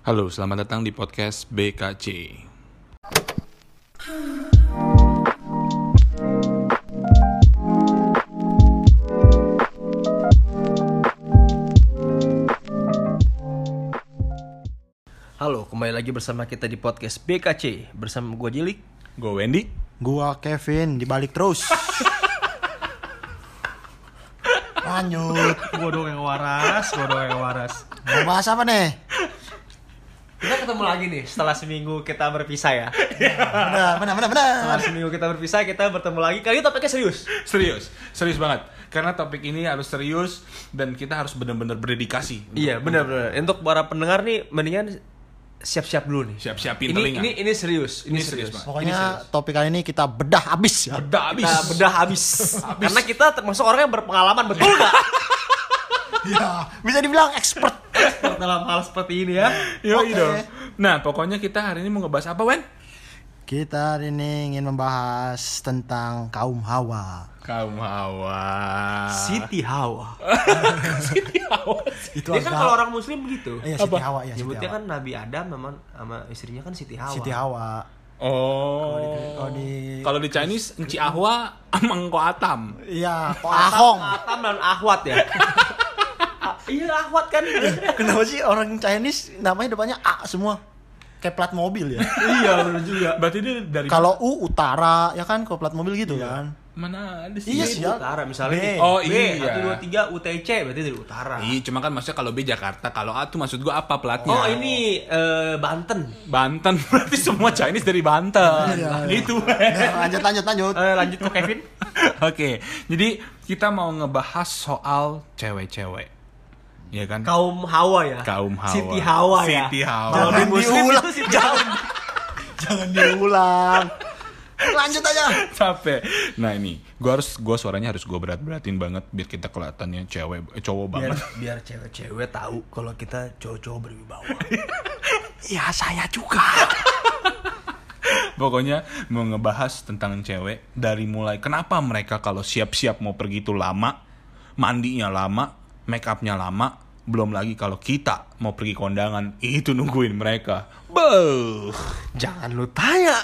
Halo, selamat datang di podcast BKC. Halo, kembali lagi bersama kita di podcast BKC. Bersama gue Jilik, Gue Wendy. Gua Kevin, dibalik terus. Lanjut. gue doang yang waras. Mau bahas apa nih? Kita ketemu lagi nih setelah seminggu kita berpisah ya. Benar. Setelah seminggu kita berpisah, kita bertemu lagi. Kali ini topiknya serius. Serius banget. Karena topik ini harus serius dan kita harus benar-benar berdedikasi. Iya, benar. Untuk para pendengar nih, mendingan siap-siap dulu nih. Siap-siapin Ini telinga. ini serius. Ini serius. Bang. Pokoknya topik kali ini kita bedah abis ya. Kita bedah habis. Karena kita termasuk orang yang berpengalaman, betul nggak? Ya, bisa dibilang expert. Dalam hal seperti ini ya. Yoi Oke. dong. Nah, pokoknya kita hari ini mau ngebahas apa, Wen? Kita hari ini ingin membahas tentang kaum Hawa. Kaum Hawa. Siti Hawa. Siti Hawa. Itu Dia kan agak- kalau orang muslim begitu. Iya, Siti Hawa ya. Nyebutnya kan Nabi Adam sama istrinya kan Siti Hawa. Siti Hawa. Oh. Kalau Kalau di Chinese, Enci Ahwa amang ko Atam. iya, kok Ahong. Atam dan Ahwat ya. Iya Ahwat kan. Kenapa sih orang Chinese namanya depannya A semua? Kayak plat mobil ya. Iya benar juga. Berarti dia dari Kalau U utara ya kan, kalau plat mobil gitu kan. mana ada sih? Iya B sih. utara misalnya. B. Oh, B, iya. 1 2 3 UTC berarti dari utara. Iya, cuma kan maksudnya kalau B Jakarta, kalau A tuh maksud gua apa platnya? Oh ini Banten. Banten, berarti semua Chinese dari Banten. Iya. Gitu. Nah, lanjut. Lanjut ke Kevin. Oke, jadi kita mau ngebahas soal cewek-cewek. Iya kan? Kaum Hawa ya. Kaum Hawa. Siti Hawa ya. Siti Hawa. Kalau di Jangan muslim diulang. itu Siti Hawa. Jangan diulang. Lanjut aja. Capek. Nah ini, gua suaranya harus gua berat-beratin banget biar kita kelihatannya cowok banget. Biar cewek-cewek tahu kalau kita cowok-cowok berwibawa. Ya saya juga. Pokoknya mau ngebahas tentang cewek dari mulai kenapa mereka kalau siap-siap mau pergi tuh lama, mandinya lama, make upnya lama, belum lagi kalau kita mau pergi kondangan itu nungguin mereka. Beuh. Jangan lu tanya.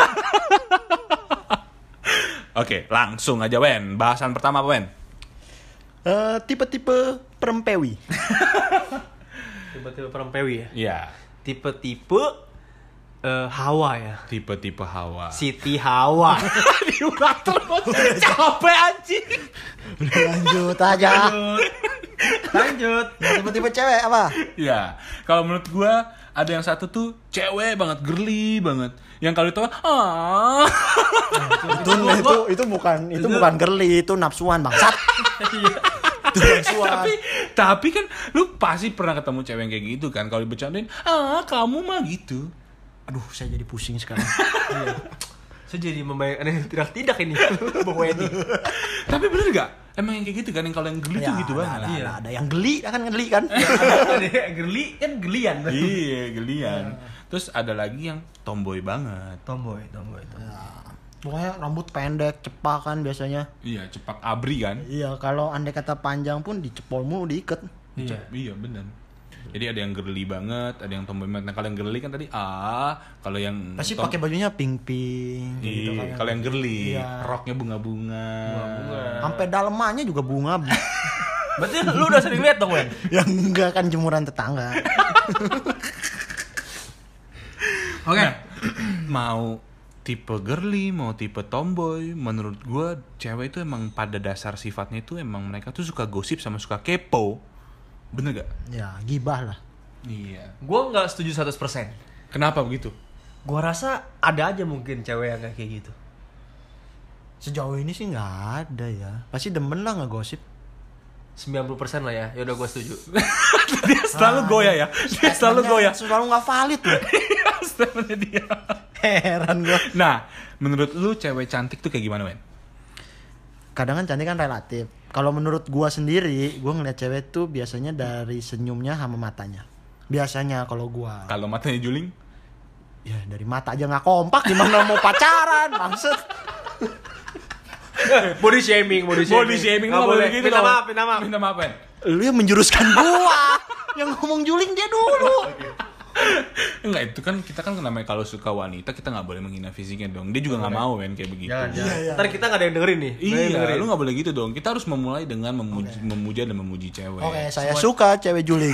Oke, langsung aja Wen. Bahasan pertama apa Wen? Tipe-tipe perempewi. Tipe-tipe perempewi ya. Iya, Tipe-tipe Hawa ya. tipe-tipe Hawa. Siti Hawa. Diulang terus. Capek anjing. Lanjut aja. Lanjut. Ya, tipe-tipe cewek apa? Iya, kalau menurut gua ada yang satu tuh cewek banget, girly banget. Yang kalau itu itu bukan girly, itu nafsuan bangsat. Itu nafsuan. tapi kan lu pasti pernah ketemu cewek yang kayak gitu kan, kalau dibercandain, kamu mah gitu. Aduh, saya jadi pusing sekarang. Saya jadi membayangkan yang tidak ini. Bung Wendy. Tapi bener gak? Emang yang kayak gitu kan, yang kalau yang geli tuh gitu banget. Ada yang geli, kan geli kan? Gerli kan gelian. Iya, gelian. Terus ada lagi yang tomboy banget. Tomboy. Pokoknya rambut pendek, cepak kan biasanya. Iya, cepak abri kan. Iya, kalau andai kata panjang pun dicepol mulu, diikat. Iya, bener. Jadi ada yang girly banget, ada yang tomboy banget. Nah kalau yang girly kan tadi kalau yang Pasti pakai bajunya pink gitu Iya, kan. kalau yang girly, Iya. roknya bunga-bunga. Sampai dalemannya juga bunga. Berarti lu udah sering lihat dong, Wen? Yang enggak kan jemuran tetangga. Oke. Mau tipe girly, mau tipe tomboy, menurut gue cewek itu emang pada dasar sifatnya itu emang mereka tuh suka gosip sama suka kepo. Bener gak? Ya, gibah lah. Iya. Gua nggak setuju 100%. Kenapa begitu? Gua rasa ada aja mungkin cewek yang kayak gitu. Sejauh ini sih nggak ada ya. Pasti demen lah ngegosip. 90% lah ya. Ya udah gua setuju. Dia selalu goyah ya. Dia selalu goyah. Selalu nggak valid loh. Statementnya dia. Heran gua. Nah, menurut lu cewek cantik tuh kayak gimana, Wen? Kadang kan cantik kan relatif. Kalau menurut gua sendiri, gua ngeliat cewek tuh biasanya dari senyumnya sama matanya. Biasanya kalau gua. Kalau matanya juling? Ya dari mata aja nggak kompak, gimana mau pacaran, maksud. Body shaming. Body shaming nggak nggak boleh gitu. Minta loh. maaf. Minta maaf, Wen. Lu yang menjuruskan gua. Yang ngomong juling dia dulu. Enggak, itu kan kita kan namanya kalau suka wanita kita nggak boleh menghina fisiknya dong. Dia juga nggak mau kan kayak begitu. Jangan. Iya. Ntar kita nggak ada yang dengerin nih. Nggak ada yang Iya, dengerin. lu nggak boleh gitu dong. Kita harus memulai dengan memuja dan memuji cewek. Oke, saya suka cewek juling.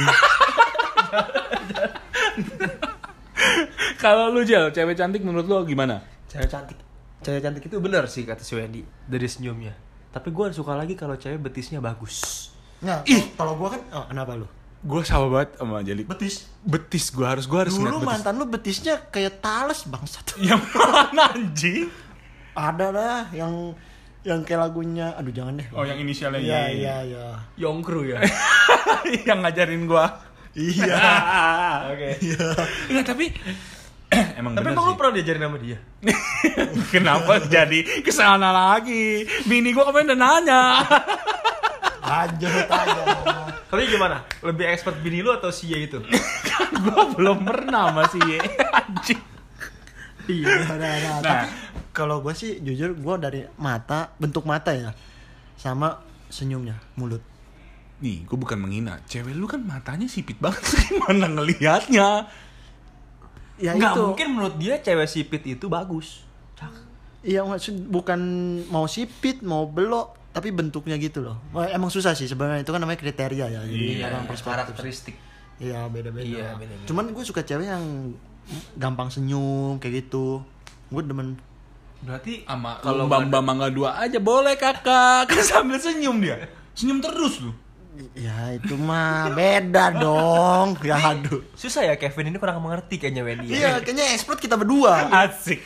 Kalau lu Jel, cewek cantik menurut lu gimana? Cewek cantik itu benar sih kata si Wendy dari senyumnya. Tapi gue suka lagi kalau cewek betisnya bagus. Nah, kalau gua kan kenapa lu? Gue sama banget sama Jali. Betis gue harus Dulu ngeliat betis. mantan lu betisnya kayak Thales bangsat. Yang mana anjing? Ada dah yang kayak lagunya, aduh jangan deh. Oh, yang inisialnya Iya. Yongkru ya. Yang ngajarin gue. Iya. Oke. Enggak, tapi emang Tapi bener emang lu sih. pernah diajarin sama dia? Kenapa jadi kesana lagi? Bini gue kemarin udah nanya. Lanjut aja. Tapi gimana? Lebih expert bini lu atau si Ye itu? Gue belum pernah masih anjing. Iya, ada. Nah. Tapi kalau gue sih jujur gue dari bentuk mata ya, sama senyumnya, mulut. Nih, gue bukan menghina. Cewek lu kan matanya sipit banget. Gimana ngelihatnya? Ya Nggak itu. mungkin menurut dia cewek sipit itu bagus. Iya, maksud bukan mau sipit, mau belok, tapi bentuknya gitu loh. Wah, emang susah sih sebenarnya, itu kan namanya kriteria ya. Jadi orang perspektif. karakteristik. Iya, beda-beda. Iya, beda-beda. Cuman gue suka cewek yang gampang senyum kayak gitu. Gue demen. Berarti Sama kalau kalau Bamba Mangga 2 aja boleh kakak. Kan sambil senyum dia. Senyum terus lu. Ya itu mah beda dong. Ya aduh. susah ya Kevin ini kurang mengerti kayaknya Wendy. Iya, kayaknya expert kita berdua. Asik.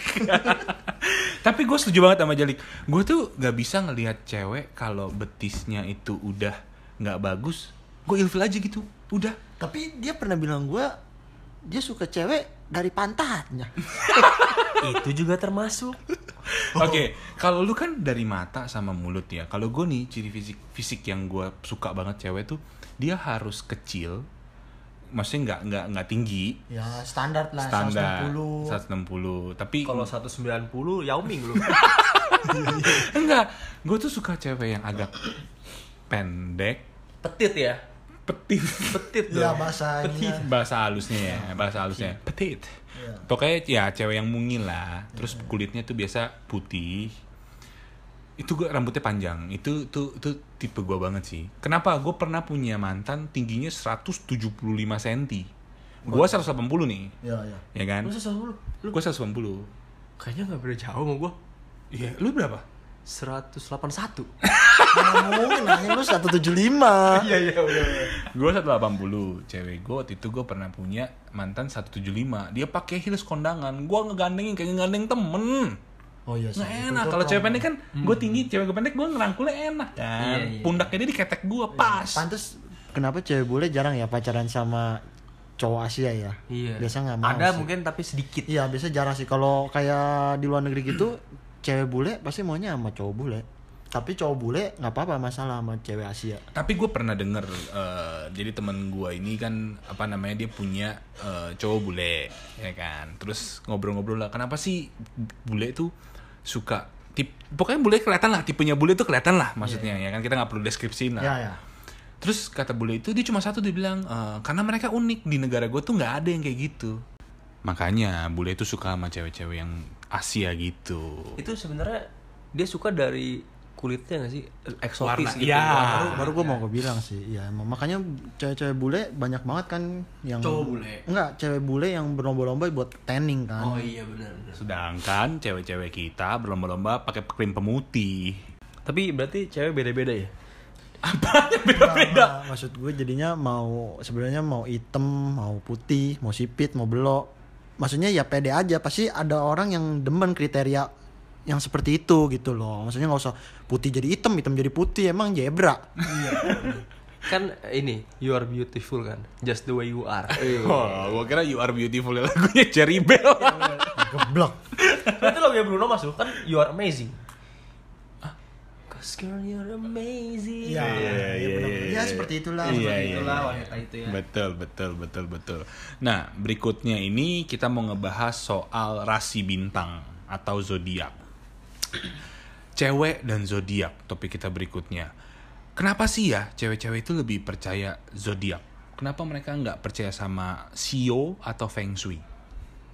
Tapi gue setuju banget sama Jalik. Gue tuh gak bisa ngelihat cewek kalau betisnya itu udah gak bagus. Gue ilfil aja gitu. Udah. Tapi dia pernah bilang gue, dia suka cewek dari pantatnya. Itu juga termasuk. Oke, kalau lu kan dari mata sama mulut ya. Kalau gue nih ciri fisik yang gue suka banget cewek tuh dia harus kecil, maksudnya nggak tinggi, Ya standar lah, standar 160. 160. Tapi Kalau 190 Yao Ming lu. enggak, gue tuh suka cewek yang agak pendek, Petit ya. petit. Petit Ya dong. bahasanya. bahasa halusnya petit. Iya. Pokoknya ya cewek yang mungil lah, terus kulitnya tuh biasa putih. Itu gue rambutnya panjang. Itu tipe gue banget sih. Kenapa? Gue pernah punya mantan tingginya 175 cm. Gue 180 nih. Iya. Ya kan? Lu 180. Gue 180. Kayaknya enggak beda jauh sama gua. Iya, lu berapa? 181. Mana mungkin nanya lu 175. Iya udah. Gue 180. Cewek gue waktu itu gue pernah punya mantan 175. Dia pakai heels kondangan. Gue ngegandengin kayak ngegandeng temen. Oh iya sih. Nggak enak. Kalau cewek pendek kan gue tinggi, cewek gue pendek gue ngerangkulnya enak kan. Iya. Pundaknya dia diketek gue pas. Pantes kenapa cewek bule jarang ya pacaran sama cowok Asia ya? Iya. Biasa nggak mau. Ada sih. mungkin tapi sedikit. Iya, biasa jarang sih. Kalau kayak di luar negeri gitu, cewek bule pasti maunya sama cowok bule. Tapi cowok bule nggak apa-apa masalah sama cewek Asia. Tapi gue pernah denger, jadi temen gue ini kan apa namanya dia punya cowok bule, ya kan. Terus ngobrol-ngobrol lah, kenapa sih bule tuh suka pokoknya bule kelihatan lah, tipenya bule tuh kelihatan lah maksudnya ya kan, kita nggak perlu deskripsiin lah. Iya. Terus kata bule itu dia cuma satu, dia bilang karena mereka unik, di negara gue tuh nggak ada yang kayak gitu. Makanya bule itu suka sama cewek-cewek yang Asia gitu. Itu sebenarnya dia suka dari kulitnya nggak sih, eksotis Warna, gitu. iya. Baru gue mau bilang sih, iya emang. Makanya cewek-cewek bule banyak banget kan yang Cowok bule. Enggak, cewek bule yang berlomba-lomba buat tanning kan. Oh iya benar. Sedangkan cewek-cewek kita berlomba-lomba pakai krim pemutih. Tapi berarti cewek beda-beda ya? Apanya beda-beda? Nah, maksud gue jadinya sebenarnya mau hitam, mau putih, mau sipit, mau belok. Maksudnya ya pede aja, pasti ada orang yang demen kriteria yang seperti itu gitu loh. Maksudnya nggak usah putih jadi hitam, hitam jadi putih, emang zebra. Kan ini you are beautiful kan, just the way you are. Oh, gua kira You Are Beautiful lagunya Cherry Bell. Geblok. Itu lagunya Bruno masuk kan, you are amazing. Cause girl you're amazing. Iya, iya. Ya seperti itulah. Iya, Itulah wanita itu ya. Betul. Nah, berikutnya ini kita mau ngebahas soal rasi bintang atau zodiak. Cewek dan zodiak, topik kita berikutnya. Kenapa sih ya cewek-cewek itu lebih percaya zodiak? Kenapa mereka nggak percaya sama Sio atau Feng Shui?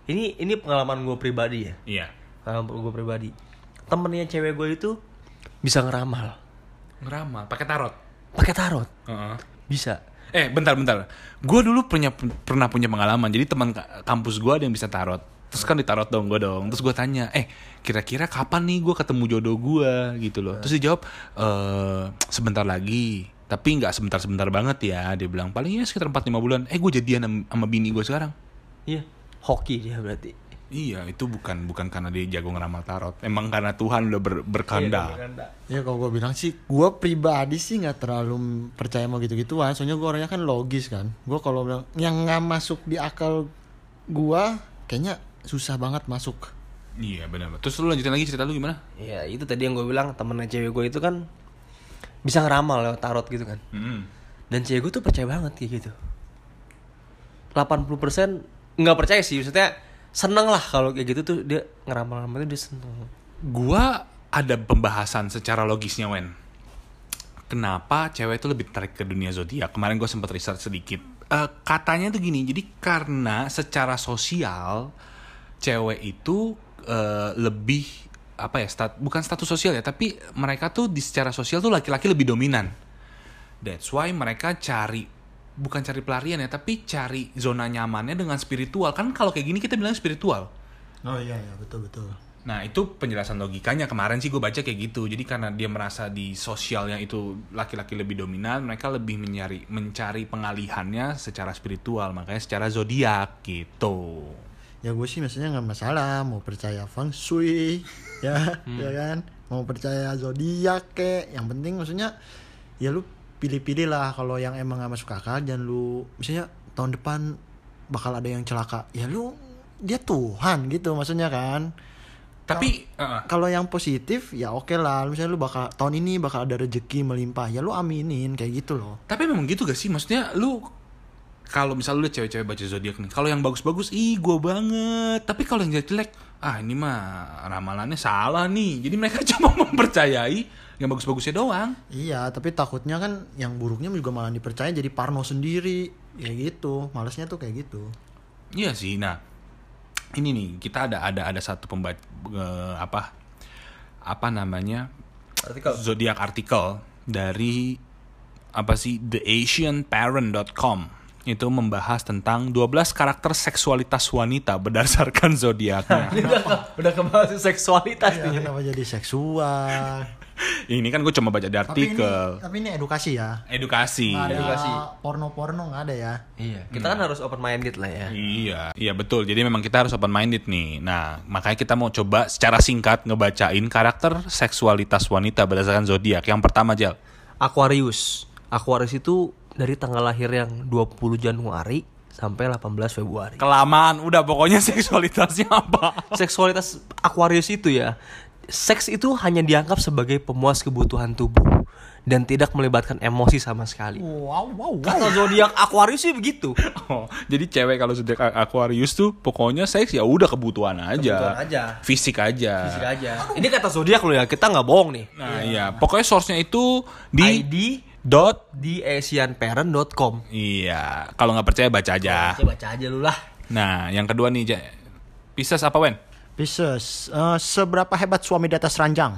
Ini pengalaman gue pribadi ya. Iya. Pengalaman gue pribadi. Temennya cewek gue itu bisa ngeramal. Ngeramal, pakai tarot. Pakai tarot. Heeh. Bisa. Bentar. Gue dulu pernah punya pengalaman. Jadi teman kampus gue ada yang bisa tarot. Terus kan ditarot dong gue dong. Terus gue tanya, kira-kira kapan nih gue ketemu jodoh gue gitu loh. Terus dia jawab, sebentar lagi. Tapi nggak sebentar-sebentar banget ya. Dia bilang palingnya sekitar 4-5 bulan. Gue jadian sama bini gue sekarang. Iya. Hoki dia berarti. Iya, itu bukan karena dia jago ngeramal tarot. Emang karena Tuhan udah berkehendak. Ya kalau gue bilang sih, gue pribadi sih nggak terlalu percaya mau gitu-gituan. Soalnya gue orangnya kan logis kan. Gue kalau bilang yang nggak masuk di akal gue, kayaknya susah banget masuk. Iya benar. Terus lu lanjutin lagi cerita lu gimana? Iya, itu tadi yang gue bilang, temennya cewek gue itu kan bisa ngeramal lewat tarot gitu kan. Dan cewek gue tuh percaya banget kayak gitu. 80% nggak percaya sih, maksudnya seneng lah kalau kayak gitu tuh, dia ngeramal-ngeramal itu dia seneng. Gua ada pembahasan secara logisnya, Wen. Kenapa cewek itu lebih tertarik ke dunia zodiak? Kemarin gue sempat riset sedikit. Katanya tuh gini, jadi karena secara sosial cewek itu lebih bukan status sosial ya, tapi mereka tuh secara sosial tuh laki-laki lebih dominan. That's why mereka bukan cari pelarian ya, tapi cari zona nyamannya dengan spiritual. Kan kalau kayak gini kita bilang spiritual. Oh iya betul. Nah itu penjelasan logikanya. Kemarin sih gue baca kayak gitu. Jadi karena dia merasa di sosialnya itu laki-laki lebih dominan, mereka lebih mencari pengalihannya secara spiritual. Makanya secara zodiak gitu. Ya gue sih maksudnya nggak masalah mau percaya feng shui ya kan, mau percaya zodiak kek. Yang penting maksudnya ya lu pilih-pilih lah. Kalau yang emang gak masuk akal, jangan lu misalnya tahun depan bakal ada yang celaka, ya lu dia Tuhan gitu maksudnya kan. Tapi kalau yang positif ya oke lah. Misalnya lu tahun ini bakal ada rezeki melimpah, ya lu aminin kayak gitu loh. Tapi memang gitu gak sih? Maksudnya lu kalau misalnya lu liat cewek-cewek baca zodiak nih, kalau yang bagus-bagus gue banget. Tapi kalau yang jelek-jelek, ini mah ramalannya salah nih. Jadi mereka cuma mempercayai yang bagus-bagusnya doang. Iya, tapi takutnya kan yang buruknya juga malah dipercaya, jadi parno sendiri. Ya gitu, malesnya tuh kayak gitu. Iya sih. Nah, ini nih kita ada satu zodiak artikel dari theasianparent.com. Itu membahas tentang 12 karakter seksualitas wanita berdasarkan zodiaknya. Udah kebahas seksualitas nih. Kenapa jadi seksual? Ini kan gue cuma baca di artikel. Tapi ini edukasi ya. Edukasi. Nggak ada Edukasi. porno-porno nggak ada ya. Iya. Kita kan harus open minded lah ya. Iya betul. Jadi memang kita harus open minded nih. Nah, makanya kita mau coba secara singkat ngebacain karakter seksualitas wanita berdasarkan zodiak. Yang pertama, Jal. Aquarius itu dari tanggal lahir yang 20 Januari sampai 18 Februari. Kelamaan, udah pokoknya seksualitasnya apa? Seksualitas Aquarius itu ya, seks itu hanya dianggap sebagai pemuas kebutuhan tubuh dan tidak melibatkan emosi sama sekali. Wow. Kata zodiak Aquarius sih begitu. Oh, jadi cewek kalau zodiak Aquarius tuh pokoknya seks ya udah kebutuhan aja. Fisik aja. Ini kata zodiak lo ya, kita nggak bohong nih. Nah, iya. Pokoknya source-nya itu di theasianparent.com. Iya, kalau nggak percaya baca aja. Baca aja lu lah. Nah, yang kedua nih, Pisces apa, Wen? Pisces, seberapa hebat suami di atas ranjang?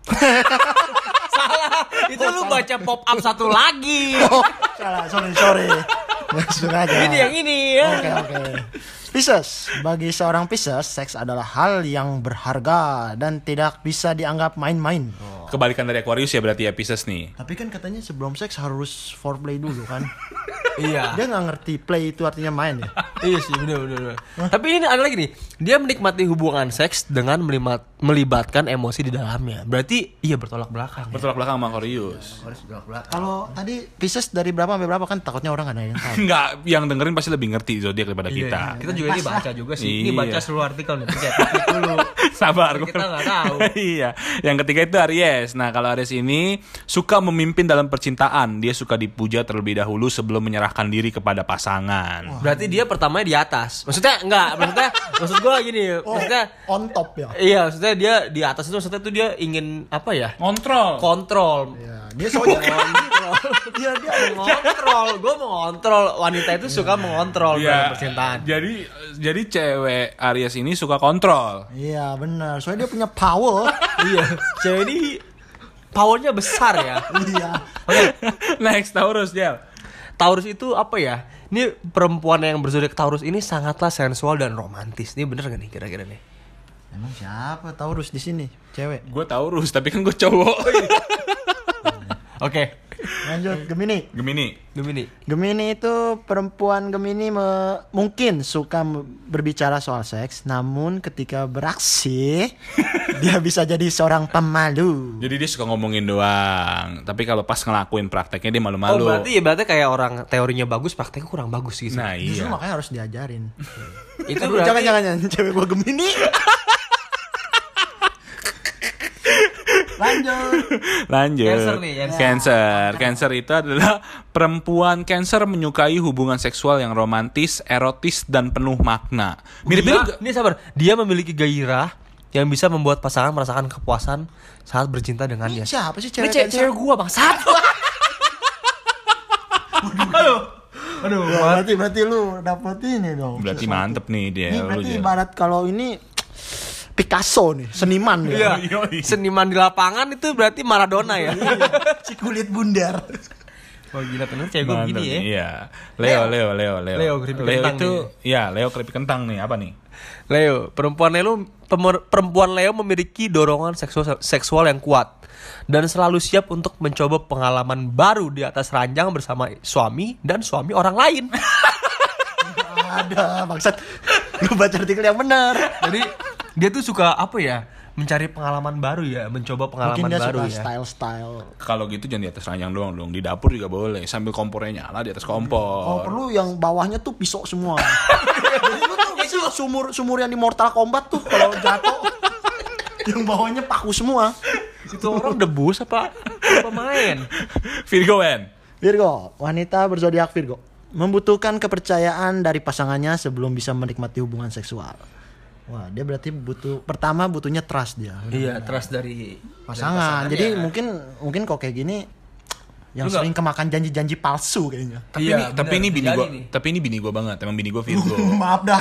Salah. Itu lu baca pop up satu lagi. Salah, sorry. Nggak sengaja. Ini yang ini ya. Oke. Pisces, bagi seorang Pisces, seks adalah hal yang berharga dan tidak bisa dianggap main-main. Kebalikan dari Aquarius ya berarti ya Pisces nih. Tapi kan katanya sebelum seks harus foreplay dulu kan. Iya. Dia nggak ngerti play itu artinya main ya. Iya sih, bener. Tapi ini ada lagi nih. Dia menikmati hubungan seks dengan melibatkan emosi di dalamnya. Berarti iya bertolak belakang. Bertolak belakang sama Aquarius. Kalau tadi Pisces dari berapa sampai berapa kan takutnya orang nggak ada yang tahu. Enggak, yang dengerin pasti lebih ngerti zodiak daripada kita. Kita juga ini baca juga sih. Ini Iya. baca seluruh artikel nih. Cek dulu. Sabar, Kita nggak tahu. Iya. Yang ketiga itu Aries. Nah, kalau Aries ini suka memimpin dalam percintaan. Dia suka dipuja terlebih dahulu sebelum menyerahkan diri kepada pasangan. Berarti dia pertamanya di atas. Maksudnya enggak, maksud gue gini, maksudnya On top ya. iya, maksudnya maksudnya dia di atas itu maksudnya tuh dia ingin apa ya? Kontrol. Ya, dia soalnya Dia mengontrol. Gue mengontrol. Wanita itu suka mengontrol dalam Iya. percintaan. Jadi cewek Aries ini suka kontrol. Iya benar, soalnya dia punya power. Iya. Cewek ini powernya besar ya. Iya. Next Taurus, Jel. Taurus itu apa ya? Ini perempuan yang berzodiak Taurus ini sangatlah sensual dan romantis. Ini bener gak nih kira-kira nih? Emang siapa Taurus di sini? Cewek. Gue Taurus, tapi kan gue cowok. Oke. Lanjut Gemini. Gemini. Gemini itu perempuan Gemini mungkin suka berbicara soal seks, namun ketika beraksi dia bisa jadi seorang pemalu. Jadi dia suka ngomongin doang, tapi kalau pas ngelakuin prakteknya dia Oh malu-malu. berarti kayak orang teorinya bagus, prakteknya kurang bagus gitu. Nah Justru iya. makanya harus diajarin. Itu Aduh, berarti jangan cewek gua Gemini. Lanjut. Cancer nih, Cancer itu adalah perempuan Cancer menyukai hubungan seksual yang romantis, erotis dan penuh makna. Mirip-mirip. Ini sabar. Dia memiliki gairah yang bisa membuat pasangan merasakan kepuasan saat bercinta dengannya. Siapa sih Ini cewek Cancer? cewek gua bangsat. Aduh, berarti lu dapet ini dong. Berarti mantep nih dia. Ini lu, berarti Jel. ibarat kalau ini Picasso nih, seniman Iya. ya. Seniman di lapangan itu berarti Maradona ya. Si kulit bundar. Oh gila ternyata cewek gua Mantep gini ya. nih, Iya. Leo. Leo, keripik kentang itu, nih. ya Leo keripik kentang nih. Apa nih? Leo, perempuan Leo memiliki dorongan seksual yang kuat dan selalu siap untuk mencoba pengalaman baru di atas ranjang bersama suami dan suami orang lain. Ada bangsat. Lu baca artikel yang benar. Jadi dia tuh suka apa ya? Mencari pengalaman baru ya, mencoba pengalaman Mungkin dia baru suka ya. style-style. Kalau gitu jangan di atas ranjang doang dong. Di dapur juga boleh. Sambil kompornya nyala di atas kompor. Oh perlu yang bawahnya tuh pisau semua. Jadi lu tau gak sih sumur yang di Mortal Kombat tuh kalau jatuh yang bawahnya paku semua. Itu orang debus apa pemain? Virgo, Wen. Virgo, wanita berzodiak Virgo membutuhkan kepercayaan dari pasangannya sebelum bisa menikmati hubungan seksual. Wah, dia berarti butuhnya trust dia. Iya, trust dari Pasangan. Jadi mungkin kok kayak gini yang Lu sering kemakan janji-janji palsu kayaknya. Tapi ini bini jadi gua. nih. Tapi ini bini gua banget. Emang bini gua Virgo. Maaf dah.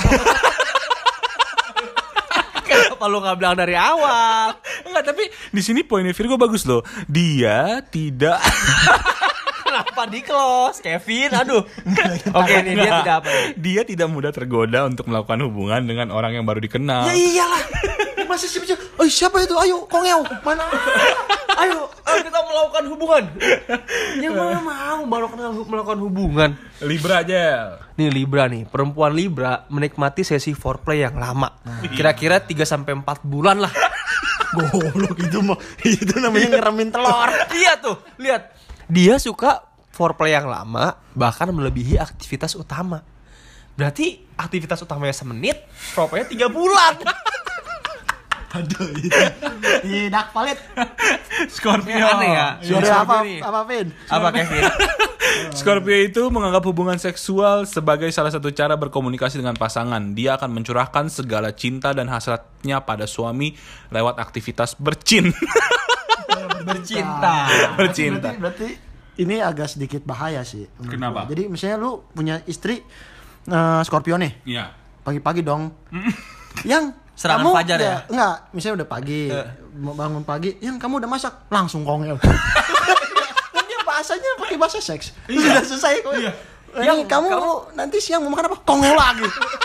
Kenapa lu nggak bilang dari awal? Enggak, tapi di sini poinnya Virgo bagus loh. Dia tidak Kenapa di close, Kevin? Aduh. Oke, ini dia tidak apa nih? dia tidak mudah tergoda untuk melakukan hubungan dengan orang yang baru dikenal. Ya iyalah. Masa siapa? Oh, siapa itu? Ayo, kongeo. Mana? Ayo kita melakukan hubungan. Yang mana mau melakukan hubungan? Libra aja. Nih Libra nih, perempuan Libra menikmati sesi foreplay yang lama. Kira-kira 3 sampai 4 bulan lah. Goblok itu namanya ngeremin telur. Iya tuh, lihat. Dia suka foreplay yang lama, bahkan melebihi aktivitas utama. Berarti aktivitas utamanya semenit, foreplaynya 3 bulan. Aduh, tidak valid. Scorpio. Aneh ya. Sudah Scorpio nih. apa Vin? Apa Kevin? Scorpio itu menganggap hubungan seksual sebagai salah satu cara berkomunikasi dengan pasangan. Dia akan mencurahkan segala cinta dan hasratnya pada suami lewat aktivitas bercin. Bercinta. Bercinta. Berarti ini agak sedikit bahaya sih. menurut Kenapa? gua. Jadi misalnya lu punya istri Scorpio nih, Iya. pagi-pagi dong. Yang Serangan kamu fajar ya? Enggak, misalnya udah pagi, mau bangun pagi, yang kamu udah masak, langsung kongel. Kan dia bahasanya pakai bahasa seks. Sudah selesai kok. Iya. Yang kamu nanti siang mau makan apa? Kongel lagi.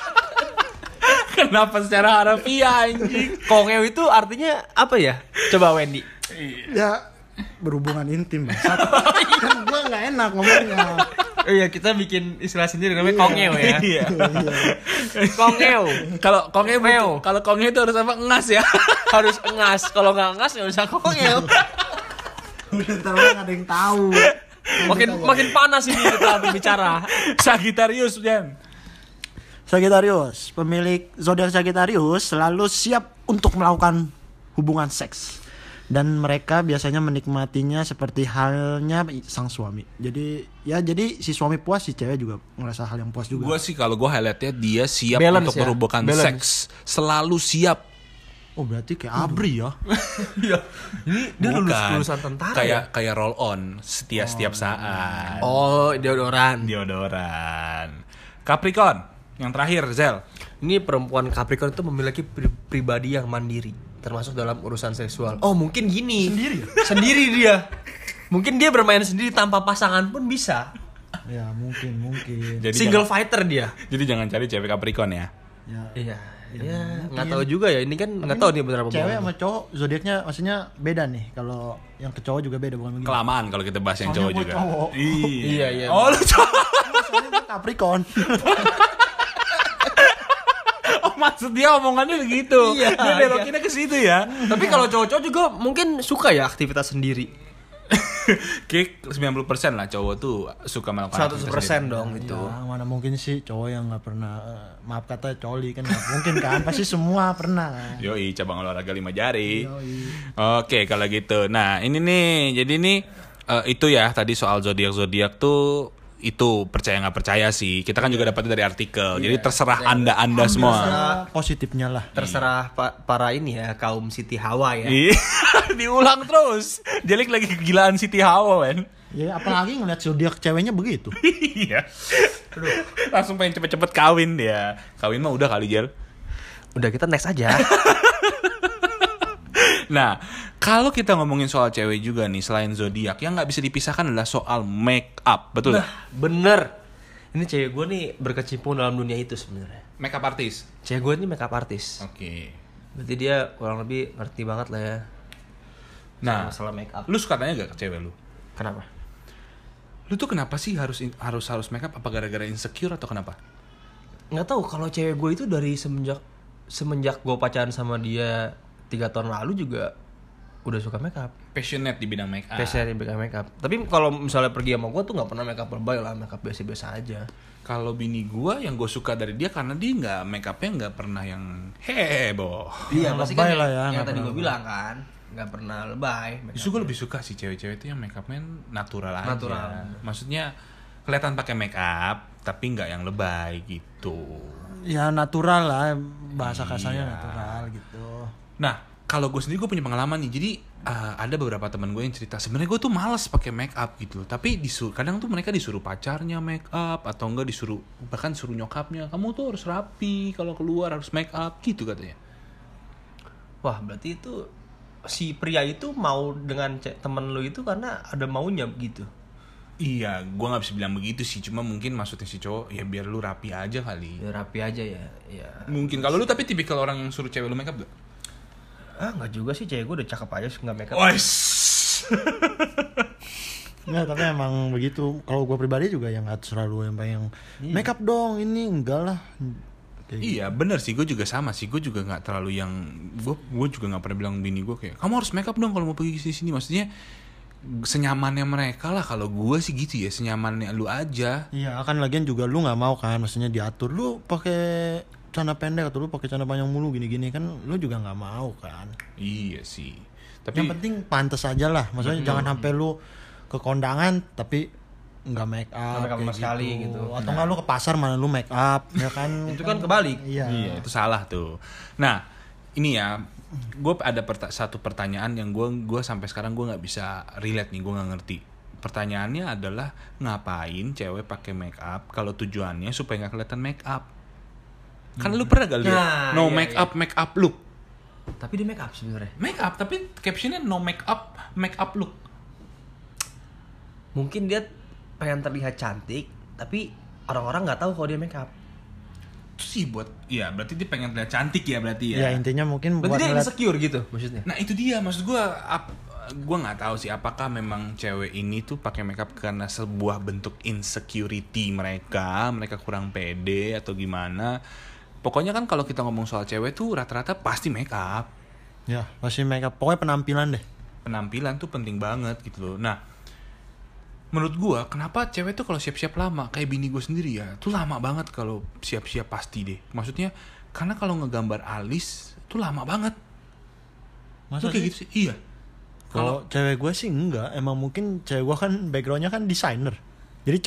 Kenapa secara harafiah anjing? Kongeo itu artinya apa ya? Coba Wendy. Ya berhubungan intim bangsat. Kan gua nggak enak ngomongnya. Iya, kita bikin istilah sendiri namanya kongeo ya. Iya. Kongeo. Kalau kongnya Meo. kalau kongnya itu harus apa? Ngas ya. Harus engas. Kalau nggak engas nggak usah kongeo. Udah terlalu nggak ada yang tahu. Makin panas ini kita berbicara. Sagittarius, Jan. Sagittarius, pemilik zodiak Sagittarius selalu siap untuk melakukan hubungan seks. Dan mereka biasanya menikmatinya seperti halnya sang suami. Jadi si suami puas, si cewek juga ngerasa hal yang puas juga. Gue sih kalau gue highlightnya dia siap Balance untuk ya? berhubungan Balance. seks, selalu siap. Oh berarti kayak ABRI ya. Iya. Ini dia Bukan. lulusan tentara ya? Kayak roll on setiap saat. Oh, deodoran. Deodoran. Capricorn, yang terakhir Zel. Ini perempuan Capricorn itu memiliki pribadi yang mandiri, termasuk dalam urusan seksual. Oh, mungkin gini. Sendiri dia. Mungkin dia bermain sendiri tanpa pasangan pun bisa. Ya mungkin. Jadi Single fighter dia. Jadi jangan cari cewek Capricorn ya. Ya. Iya. Ya, nggak tahu juga ya. Ini kan nggak tahu nih benar apa Cewek bohong. sama cowok zodiaknya maksudnya beda nih. Kalau yang ke cowok juga beda bukan begini. Kelamaan kalau kita bahas yang Soalnya cowok gua juga. cowok. Iya. Oh lu cowok. Soalnya gue Capricorn. Oh maksud dia omongannya begitu. Iya, Dia belokinnya ke situ ya. Tapi kalau cowok-cowok juga mungkin suka ya aktivitas sendiri. Kayak 90% lah cowok tuh suka melakukan 100% dong itu. Ya, mana mungkin sih cowok yang nggak pernah maaf kata coli kan nggak mungkin kan pasti semua pernah. Yoi, cabang olahraga 5 jari. Yoi. Oke, kalau gitu. Nah, ini nih. Jadi nih itu ya tadi soal zodiak tuh itu percaya nggak percaya sih. Kita kan juga dapatnya dari artikel. Jadi terserah Anda semua. Positifnya lah. Terserah para ini ya, kaum Siti Hawa ya. Iya. Diulang terus. Jelik lagi kegilaan Siti Hawa, men. Ya apalagi ngeliat zodiak ceweknya begitu. Iya. Langsung pengen cepet-cepet kawin dia. Kawin mah udah kali, Jel. Udah, kita next aja. Nah, kalau kita ngomongin soal cewek juga nih, selain zodiak, yang nggak bisa dipisahkan adalah soal make up, betul? Nah, bener. Ini cewek gue nih berkecimpung dalam dunia itu sebenarnya. Make up artis. Cewek gue ini makeup artis. Oke. Berarti dia kurang lebih ngerti banget lah ya. Nah, Masalah makeup. lu suka tanya gak ke cewek lu? Kenapa? Lu tuh kenapa sih harus make up? Apa gara-gara insecure atau kenapa? Nggak tahu, kalau cewek gue itu dari semenjak gue pacaran sama dia 3 tahun lalu juga udah suka makeup. Passionate di bidang make up. Passionate di bidang makeup. Tapi kalau misalnya pergi sama gue tuh nggak pernah makeup lebay lah, makeup biasa-biasa aja. Kalau bini gua yang gue suka dari dia karena dia nggak make upnya nggak pernah yang heboh. Iya, pasti kan lebay lah ya, yang nggak tadi pernah gue bilang kan, nggak pernah lebay. Justru gue lebih suka sih cewek-cewek itu yang make upnya natural aja. Natural. Maksudnya kelihatan pakai make up tapi nggak yang lebay gitu. Ya natural lah bahasa kasarnya Iya. natural gitu. Nah, kalau gue sendiri gue punya pengalaman nih. Jadi ada beberapa teman gue yang cerita sebenarnya gue tuh malas pakai make up gitu. Tapi kadang tuh mereka disuruh pacarnya make up atau enggak bahkan suruh nyokapnya, kamu tuh harus rapi kalau keluar harus make up gitu katanya. Wah, berarti itu si pria itu mau dengan temen lu itu karena ada maunya begitu. Iya, gue nggak bisa bilang begitu sih. Cuma mungkin maksudnya si cowok ya biar lu rapi aja kali. Ya rapi aja ya. Ya. Mungkin kalau lu tapi tipikal orang yang suruh cewek lu make up gak? Nggak juga sih, cewek gue udah cakep aja nggak makeup. Wes. Nggak, tapi emang begitu. Kalau gue pribadi juga yang nggak selalu yang pengen make up dong ini enggak lah. Kayak gitu. Iya bener sih, gue juga sama sih. Gue juga nggak terlalu yang gue juga nggak pernah bilang bini gue kayak kamu harus make up dong kalau mau pergi sini. Maksudnya senyamannya mereka lah. Kalau gue sih gitu ya, senyamannya lu aja. Iya kan lagian juga lu nggak mau kan, maksudnya diatur lu pakai celana pendek atau lu pakai celana panjang mulu gini-gini kan lu juga nggak mau kan. Iya sih. Tapi Yang penting pantas aja lah, maksudnya jangan sampai lu ke kondangan tapi nggak make up, Nggak make up sama kayak sekali gitu. Atau nggak lu ke pasar mana lu make up, ya kan? Itu kan kebalik. Iya. iya itu salah tuh. Nah ini ya, gue ada satu pertanyaan yang gue sampai sekarang gue nggak bisa relate nih, gue nggak ngerti. Pertanyaannya adalah ngapain cewek pakai make up kalau tujuannya supaya nggak kelihatan make up? Kan lu pernah gak lihat Nah, no iya, make up look? Tapi dia make up sebenarnya. Make up tapi captionnya no make up look. Mungkin dia pengen terlihat cantik, tapi orang-orang nggak tahu kalau dia make up. Itu sih buat, ya berarti dia pengen terlihat cantik ya berarti Ya ya. intinya mungkin Berarti buat dia ngeliat, insecure gitu maksudnya. Nah itu dia maksud gue. Gue nggak tahu sih apakah memang cewek ini tuh pakai makeup karena sebuah bentuk insecurity mereka kurang pede atau gimana. Pokoknya kan kalau kita ngomong soal cewek tuh rata-rata pasti makeup. ya pasti make up, pokoknya penampilan deh. Penampilan tuh penting banget gitu loh. Nah menurut gue kenapa cewek tuh kalau siap-siap lama, kayak bini gue sendiri ya, tuh lama banget kalau siap-siap pasti deh. Maksudnya karena kalau ngegambar alis tuh lama banget. Masa Tuh kayak sih? gitu sih. Iya. Kalau cewek gue sih enggak, emang mungkin cewek gue kan backgroundnya kan desainer, jadi cepet.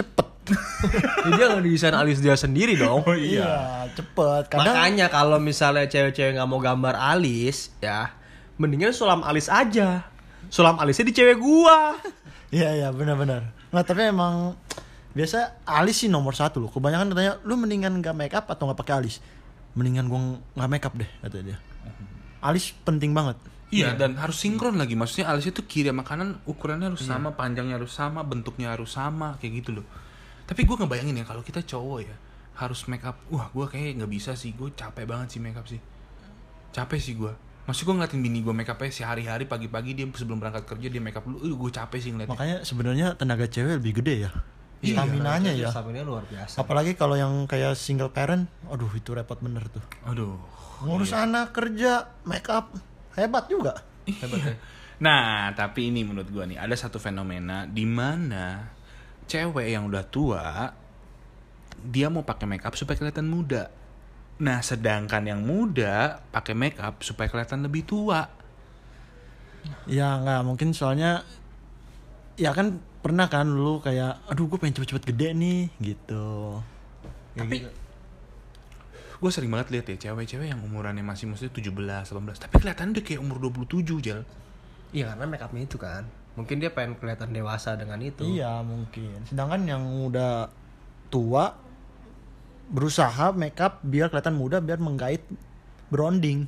Jadi dia nggak desain alis dia sendiri dong. Oh Iya, cepet. Kadang Makanya kalau misalnya cewek-cewek nggak mau gambar alis, ya mendingan sulam alis aja. Sulam alisnya di cewek gua. iya benar-benar. Nggak, tapi emang biasa alis sih nomor 1 loh. Kebanyakan katanya lu mendingan nggak make up atau nggak pakai alis. Mendingan gua nggak make up deh kata dia. Alis penting banget. Iya, dan harus sinkron lagi. Maksudnya alisnya tuh kiri sama kanan ukurannya harus sama, panjangnya harus sama, bentuknya harus sama, kayak gitu loh. Tapi gue ngebayangin ya kalau kita cowok ya harus make up. Wah, gue kayak nggak bisa sih. Gue capek banget sih make up sih. Capek sih gue. Maksud gue ngeliatin bini gue make upnya sehari-hari, pagi-pagi dia sebelum berangkat kerja dia make up dulu. Gue capek sih ngeliatin. Makanya sebenarnya tenaga cewek lebih gede ya. Iya, Staminanya ya. Staminanya luar biasa. Apalagi kalau yang kayak single parent, aduh itu repot bener tuh. Aduh. Ngurus anak, kerja, make up, hebat juga. Hebat ya. Nah, tapi ini menurut gue nih ada satu fenomena di mana cewek yang udah tua dia mau pakai make up supaya kelihatan muda. Nah, sedangkan yang muda pakai make up supaya kelihatan lebih tua. Ya nggak mungkin soalnya ya kan pernah kan lu kayak aduh gue pengen cepet-cepet gede nih gitu. Tapi gue sering banget lihat ya cewek-cewek yang umurannya masih maksudnya 17, 18 tapi kelihatannya udah kayak umur 27 Jal. Iya karena make upnya itu kan. Mungkin dia pengen kelihatan dewasa dengan itu. Iya mungkin. Sedangkan yang udah tua berusaha make up biar kelihatan muda biar menggait branding.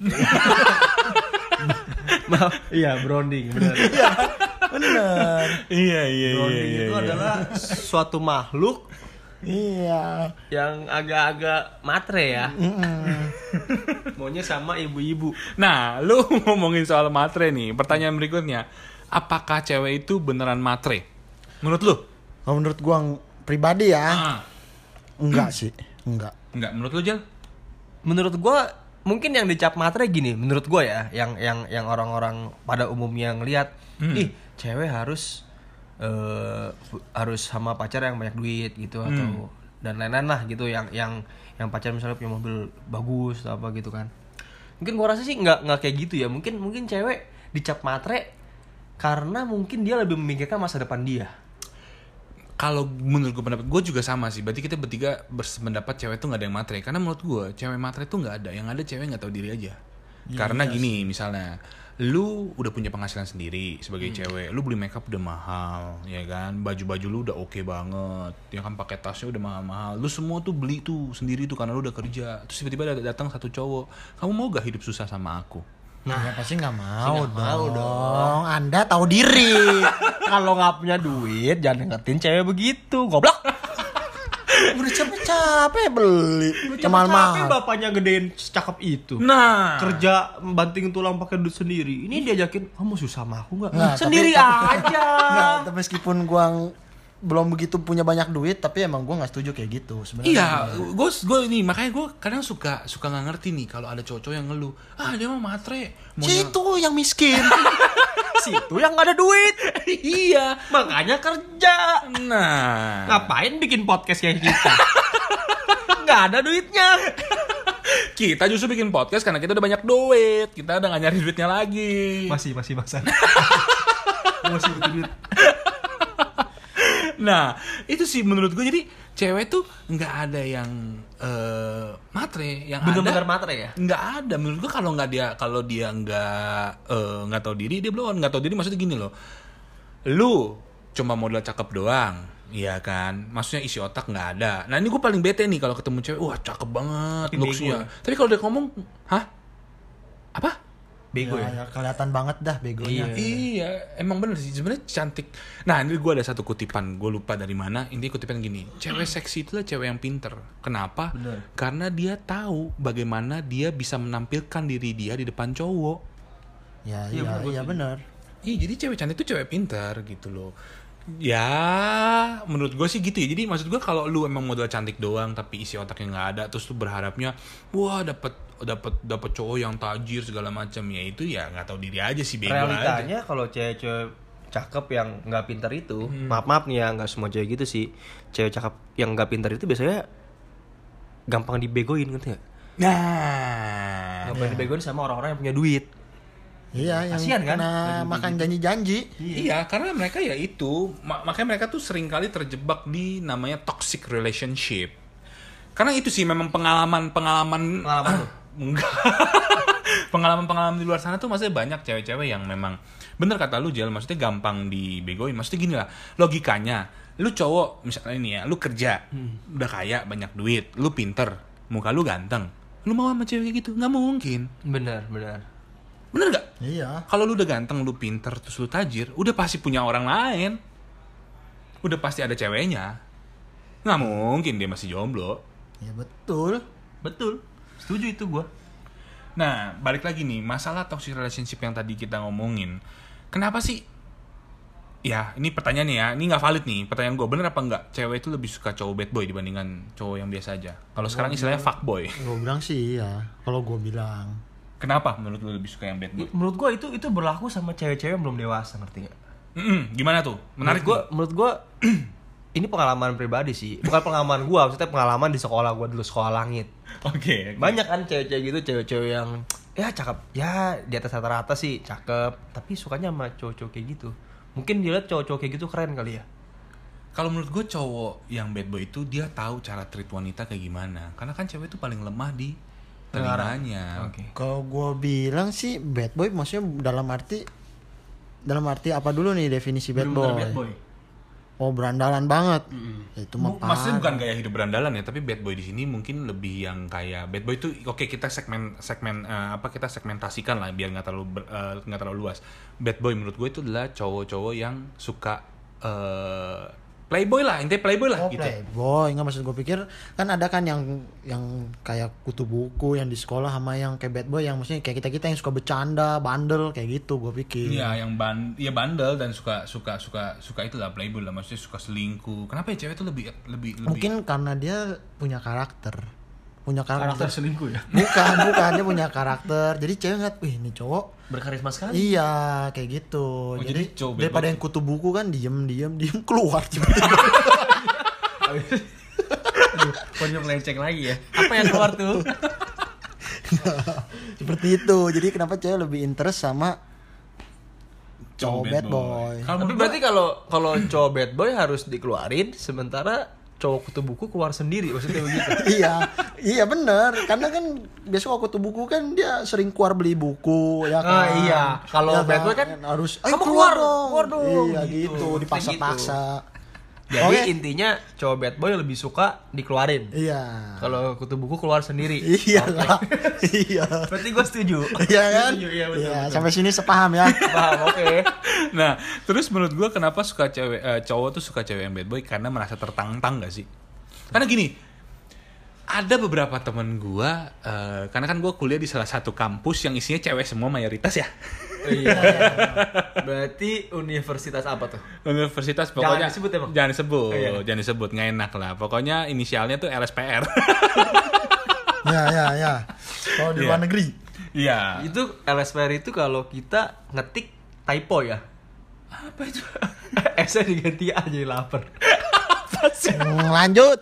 Iya, branding benar. Bener. Iya. Branding itu adalah suatu makhluk Iya. yang agak-agak matre ya. Maunya sama ibu-ibu. Nah, lu ngomongin soal matre nih. Pertanyaan berikutnya, apakah cewek itu beneran matre? Menurut lu? Kalau menurut gua pribadi ya, Ah, enggak sih, enggak. enggak, menurut lu Jal? Menurut gua mungkin yang dicap matre gini, menurut gua ya, yang orang-orang pada umumnya ngelihat, ih, cewek harus sama pacar yang banyak duit gitu atau dan lain-lain lah gitu yang pacar misalnya punya mobil bagus atau apa gitu kan. Mungkin gua rasa sih nggak kayak gitu ya. Mungkin cewek dicap matre karena mungkin dia lebih memikirkan masa depan dia. Kalau menurut gue pendapat gue juga sama sih. Berarti kita bertiga berpendapat cewek tuh nggak ada yang matre. Karena menurut gue cewek matre tuh nggak ada. Yang ada cewek nggak tahu diri aja. Karena gini, misalnya lu udah punya penghasilan sendiri sebagai cewek, lu beli makeup udah mahal, ya kan? Baju-baju lu udah oke banget, ya kan? Pakai tasnya udah mahal-mahal. Lu semua tuh beli tuh sendiri tuh karena lu udah kerja. Terus tiba-tiba datang satu cowok, kamu mau gak hidup susah sama aku? Nah, ya pasti nggak mau, mau dong. Anda tahu diri. Kalau nggak punya duit jangan deketin cewek begitu, goblok. Udah capek-capek beli. Capek Mahal-mahal. bapaknya gedein secakep itu. Nah, Kerja banting tulang pakai duit sendiri. Ini diajakin, kamu susah sama aku nggak? Nggak, Sendiri tapi- aja. Nggak, tapi meskipun gua belum begitu punya banyak duit, tapi emang gua nggak setuju kayak gitu sebenarnya. iya, gue ini makanya gue kadang suka nggak ngerti nih kalau ada cowok-cowok yang ngeluh, dia mah matre, Situ yang miskin. Situ yang nggak ada duit. iya, Makanya kerja. nah, Ngapain bikin podcast kayak kita? Nggak ada duitnya. kita justru bikin podcast karena kita udah banyak duit, kita udah gak nyari duitnya lagi. Masih maksa. Masih butuh duit. Nah, itu sih menurut gue. Jadi cewek tuh nggak ada yang matre, yang Bener-bener ada matre ya? nggak ada. Menurut gue kalau dia nggak tahu diri, dia belum nggak tahu diri. Maksudnya gini loh, lu cuma modal cakep doang, iya kan? Maksudnya isi otak nggak ada. Nah ini gue paling bete nih kalau ketemu cewek, wah cakep banget Tapi looksnya. bego. Tapi kalau dia ngomong, hah? Apa? Bego ya? Ya, kelihatan banget dah begonya. Iya, emang bener sih sebenarnya cantik. Nah, ini gue ada satu kutipan, gue lupa dari mana. Intinya kutipan gini, cewek seksi itu adalah cewek yang pinter. Kenapa? Bener. Karena dia tahu bagaimana dia bisa menampilkan diri dia di depan cowok. Iya benar. Iya, jadi cewek cantik itu cewek pinter gitu loh. Ya, menurut gue sih gitu ya. Jadi maksud gue kalau lu emang modal cantik doang tapi isi otaknya nggak ada, terus lu berharapnya wah dapat cowok yang tajir segala macam, ya itu ya nggak tahu diri aja sih, bego aja. Realitanya kalau cewek-cewek cakep yang nggak pintar itu, maaf nih ya, nggak semua cewek gitu sih. Cewek cakep yang nggak pintar itu biasanya gampang dibegoin, ngerti nggak? Nah, Gampang dibegoin sama orang-orang yang punya duit. Iya, yang Kasian kan? kena Lagi makan gitu. janji-janji. Iya, karena mereka ya itu, makanya mereka tuh sering kali terjebak di namanya toxic relationship. Karena itu sih memang pengalaman Pengalaman lu? enggak. Pengalaman di luar sana tuh maksudnya banyak cewek-cewek yang memang bener kata lu Jel, maksudnya gampang dibegoin. Maksudnya gini lah, logikanya, lu cowok misalnya ini ya, lu kerja, udah kaya, banyak duit, lu pinter, muka lu ganteng, lu mau sama cewek gitu? Nggak mungkin. Bener. Bener gak? Iya. Kalau lu udah ganteng, lu pinter, terus lu tajir, udah pasti punya orang lain. Udah pasti ada ceweknya. Nggak mungkin dia masih jomblo. Ya betul. Betul. Setuju itu gue. Nah, balik lagi nih, masalah toxic relationship yang tadi kita ngomongin. Kenapa sih? Ya, ini pertanyaannya ya, ini nggak valid nih. Pertanyaan gue, bener apa nggak? Cewek itu lebih suka cowok bad boy dibandingkan cowok yang biasa aja. Kalau sekarang istilahnya fuckboy. Gue bilang sih iya. Kalau gue bilang. Kenapa menurut lu lebih suka yang bad boy? Menurut gue itu berlaku sama cewek-cewek yang belum dewasa, ngerti gak? Gimana tuh? Menarik Menurut gue ini pengalaman pribadi sih. Bukan pengalaman gue, maksudnya pengalaman di sekolah gue dulu, sekolah langit. Oke. Banyak kan cewek-cewek gitu, cewek-cewek yang ya cakep, ya di atas rata-rata sih cakep, tapi sukanya sama cowok-cowok kayak gitu. Mungkin dia lihat cowok-cowok kayak gitu keren kali ya. Kalau menurut gue cowok yang bad boy itu dia tahu cara treat wanita kayak gimana. Karena kan cewek itu paling lemah di telinganya. Oke. Kalau gue bilang sih bad boy maksudnya dalam arti apa dulu nih definisi bad boy? Bener-bener bad boy. Oh berandalan banget. Ya, itu mah Maksudnya parah. bukan gaya hidup berandalan ya, tapi bad boy di sini mungkin lebih yang kayak bad boy itu oke, kita kita segmentasikan lah biar nggak terlalu luas. Bad boy menurut gue itu adalah cowok-cowok yang suka playboy lah, intinya playboy lah Oh gitu. playboy, nggak maksud gue pikir kan ada kan yang kayak kutu buku yang di sekolah sama yang kayak bad boy yang maksudnya kayak kita yang suka bercanda, bandel kayak gitu gue pikir. Iya, yang bandel dan suka itulah playboy lah, maksudnya suka selingkuh. Kenapa ya cewek itu lebih Mungkin karena dia punya karakter selingkuh ya. bukan dia punya karakter jadi cewek ngeliat wih ini cowok Berkarisma sekali. iya kayak gitu Oh, jadi jadi cowok bad daripada boy. yang kutu buku kan diem keluar tiba-tiba. Aduh, pokoknya melenceng lagi ya. Apa yang keluar tuh? Seperti itu jadi kenapa cewek lebih interest sama cowok bad boy. Tapi berarti kalau cowok bad boy harus dikeluarin, sementara cowok kutu buku keluar sendiri, maksudnya begitu. iya bener karena kan biasa kalau kutu buku kan dia sering keluar beli buku ya kan. Iya. Kalau Ya bad boy kan harus kamu keluar keluar dong. iya gitu dipaksa-paksa. Jadi Oke. intinya cowok bad boy lebih suka dikeluarin. Iya. Kalau kutu buku keluar sendiri. Iya lah. Iya. Berarti gue setuju. Iya kan? Setuju, iya betul. Iya, sampai sini sepaham ya. Paham, oke. Nah, terus menurut gue kenapa cowok tuh suka cewek yang bad boy karena merasa tertantang gak sih? Karena gini, ada beberapa temen gue, karena kan gue kuliah di salah satu kampus yang isinya cewek semua mayoritas ya. Iya. Berarti universitas apa tuh? Universitas pokoknya Jangan disebut emang? Jangan disebut, Oh, iya. jangan disebut, nggak enak lah. Pokoknya inisialnya tuh LSPR. Ya. Kalau di luar Iya. negeri. Iya. Itu LSPR itu kalau kita ngetik typo ya. Apa itu? S-nya diganti A jadi lapar. Apa sih? Lanjut.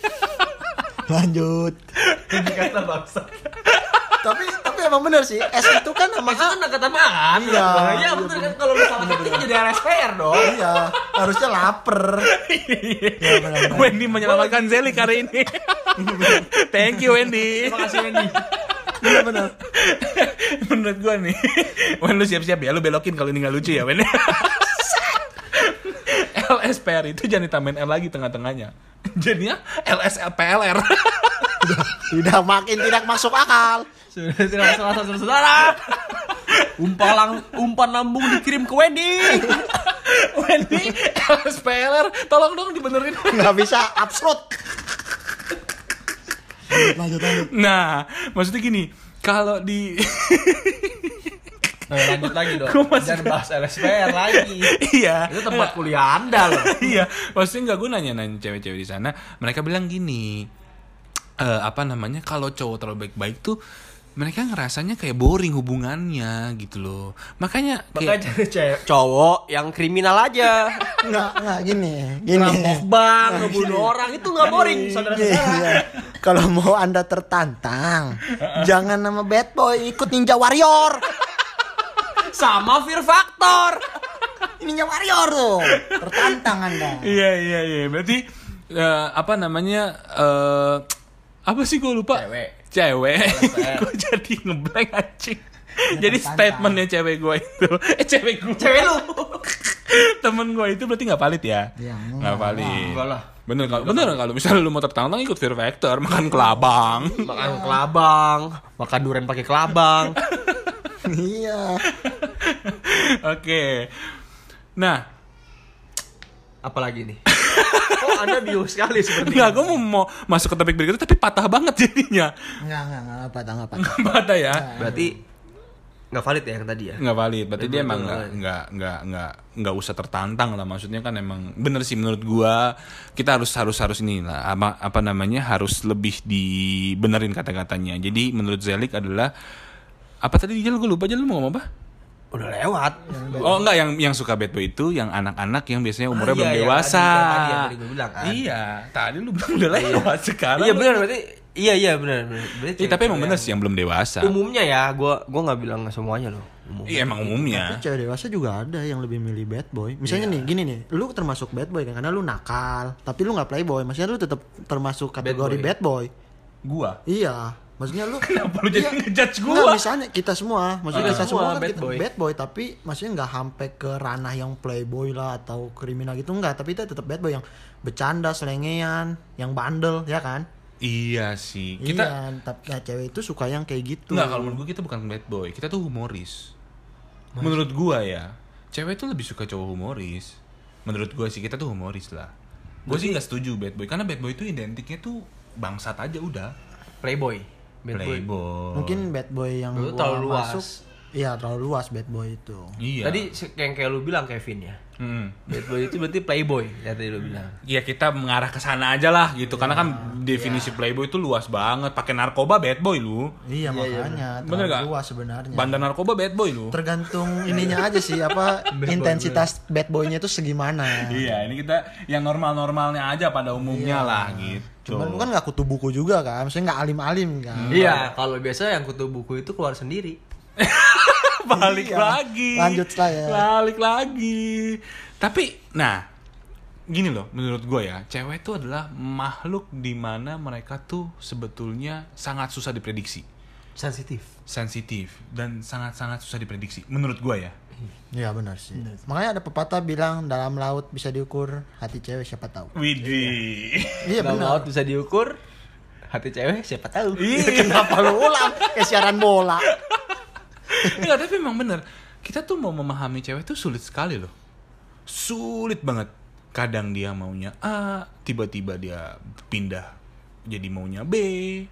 Ini kata bangsa. tapi emang bener sih. S itu kan sama Itu kan kata makan. Iya. Iya betul kan kalau lu salah ketik jadi LSPR dong. Iya, harusnya lapar. Iya, benar-benar. Wendy menyelamatkan Zelik hari ini. Thank you Wendy. Terima kasih Wendy. Bener-bener. Menurut gue nih, Wen lu siap-siap ya, lu belokin kalau ini nggak lucu ya Wen. LSPR itu jangan ditambahin R lagi tengah-tengahnya. Jadinya LSPLR. Tidak makin tidak masuk akal. Sudah saudara. Umpan lambung dikirim ke Wendy. Wendy, LSPLR, tolong dong dibenerin. Nggak bisa absurd. Lanjut. Nah, maksudnya gini, kalau di Lanjut lagi dong. Gua masih- Jangan bahas LSPR lagi. iya. Itu tempat kuliah Anda loh. Iya, maksudnya nggak gue nanya cewek-cewek di sana, mereka bilang gini, kalau cowok terlalu baik-baik tuh mereka ngerasanya kayak boring hubungannya gitu loh. Makanya Makanya cari cowok yang kriminal aja. Nggak gini. Ngerampok bank, ngebunuh orang itu nggak boring, saudara-saudara. Iya. Kalau mau Anda tertantang, jangan nama bad boy, ikut Ninja Warrior. Sama Fear Factor. Ininya warrior tuh. Tertantang Anda. Iya. Berarti apa namanya? Apa sih gue lupa? Cewek. Gue jadi ngeblank anjing. Jadi statementnya cewek gue itu, cewek gue. Cewek lu. Temen gue itu berarti nggak valid ya? Iya, Nggak valid. Enggak lah. Bener kalau misalnya lu mau tertantang ikut Fear Factor, makan kelabang. Makan kelabang, makan durian pakai kelabang. Iya. Oke. Nah, Apalagi nih? Oh, Anda bius sekali seperti enggak, gue mau masuk ke topik berikutnya tapi patah banget jadinya. Enggak patah. Patah ya? Berarti nggak valid ya yang tadi ya? Nggak valid, berarti dia emang Betul. nggak usah tertantang lah. Maksudnya kan emang bener sih menurut gua, kita harus ini lah, apa namanya, harus lebih dibenerin kata-katanya. Jadi menurut Zelik adalah apa tadi, Jel, gue lupa aja, lu mau ngomong apa? Udah lewat. Oh enggak, yang suka bad boy itu yang anak-anak yang biasanya umurnya belum Iya, dewasa. yang tadi gue bilang kan. Iya, tadi lu bilang udah lewat sekarang. Iya benar, berarti iya benar. Berarti Tapi emang bener sih yang belum dewasa. umumnya ya, gua nggak bilang semuanya loh. Iya emang umumnya. Tapi cewek dewasa juga ada yang lebih milih bad boy. Misalnya nih, gini nih, lu termasuk bad boy kan karena lu nakal, tapi lu nggak playboy. Maksudnya lu tetap termasuk kategori boy. bad boy. Gua. Iya. Maksudnya lu Kenapa lu jadi ngejudge Enggak, gua? misalnya kita semua, maksudnya Kita kita semua semua kan bad kita boy. bad boy, tapi maksudnya nggak sampai ke ranah yang playboy lah atau kriminal gitu, enggak, tapi kita tetap bad boy yang bercanda, selengean, yang bandel, ya kan? Iya sih. Kita Iya, tapi cewek itu suka yang kayak gitu. Enggak, kalau menurut gue kita bukan bad boy, kita tuh humoris. Menurut gua ya, cewek tuh lebih suka cowok humoris. Menurut gua sih kita tuh humoris lah. Gue sih nggak setuju bad boy, karena bad boy itu identiknya tuh bangsat aja udah. Playboy. Bad boy. Playboy. Mungkin bad boy yang Lu gua terlalu luas. masuk, iya terlalu luas bad boy itu. Iya. Tadi yang kayak lu bilang Kevin ya. Hmm. Bad boy itu berarti playboy, ya tadi lu bilang. Ya kita mengarah ke sana aja lah gitu, karena kan definisi playboy itu luas banget. Pakai narkoba bad boy lu. Iya, makanya Bener terlalu gak? luas sebenarnya. Bandar narkoba bad boy lu. Tergantung ininya aja sih, apa intensitas bad boynya itu segimana. Iya, ini kita yang normal-normalnya aja pada umumnya lah gitu. Cuman lu kan nggak kutu buku juga kan, maksudnya nggak alim-alim kan. Iya, kalau biasa yang kutu buku itu keluar sendiri. Balik Iya. lagi. Lanjut lah ya. Balik lagi. Tapi, nah, gini loh, menurut gue ya, cewek itu adalah makhluk di mana mereka tuh sebetulnya sangat susah diprediksi, sensitif dan sangat-sangat susah diprediksi. Menurut gue ya. Iya benar sih. Makanya ada pepatah bilang dalam laut bisa diukur, hati cewek siapa tahu. Widih. Iya Dalam benar. laut bisa diukur, hati cewek siapa tahu. Iya. Kenapa lu ulang kayak siaran bola? Enggak, tapi emang bener. Kita tuh mau memahami cewek tuh sulit sekali loh. Sulit banget. Kadang dia maunya A, tiba-tiba dia pindah jadi maunya B.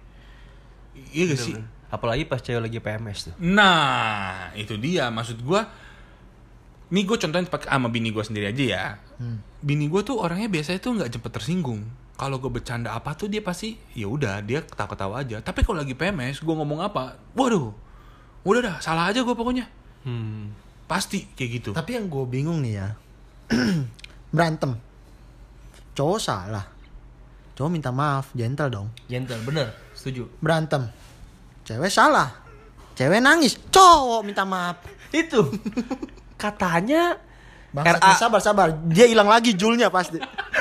Iya gak sih? Apalagi pas cewek lagi PMS tuh. Nah, itu dia. Maksud gue, nih gue contohin sama bini gue sendiri aja ya. Bini gue tuh orangnya biasanya tuh nggak cepet tersinggung. Kalau gue bercanda apa tuh dia pasti, ya udah dia ketawa-ketawa aja. Tapi kalau lagi PMS, gue ngomong apa, waduh, udah dah, salah aja gue pokoknya. Pasti kayak gitu. Tapi yang gue bingung nih ya, berantem, cowok salah, cowok minta maaf, gentle dong. Gentle, bener, setuju. Berantem, cewek salah, cewek nangis, cowok minta maaf. Itu katanya Bangsa, sabar, dia hilang lagi julnya pasti.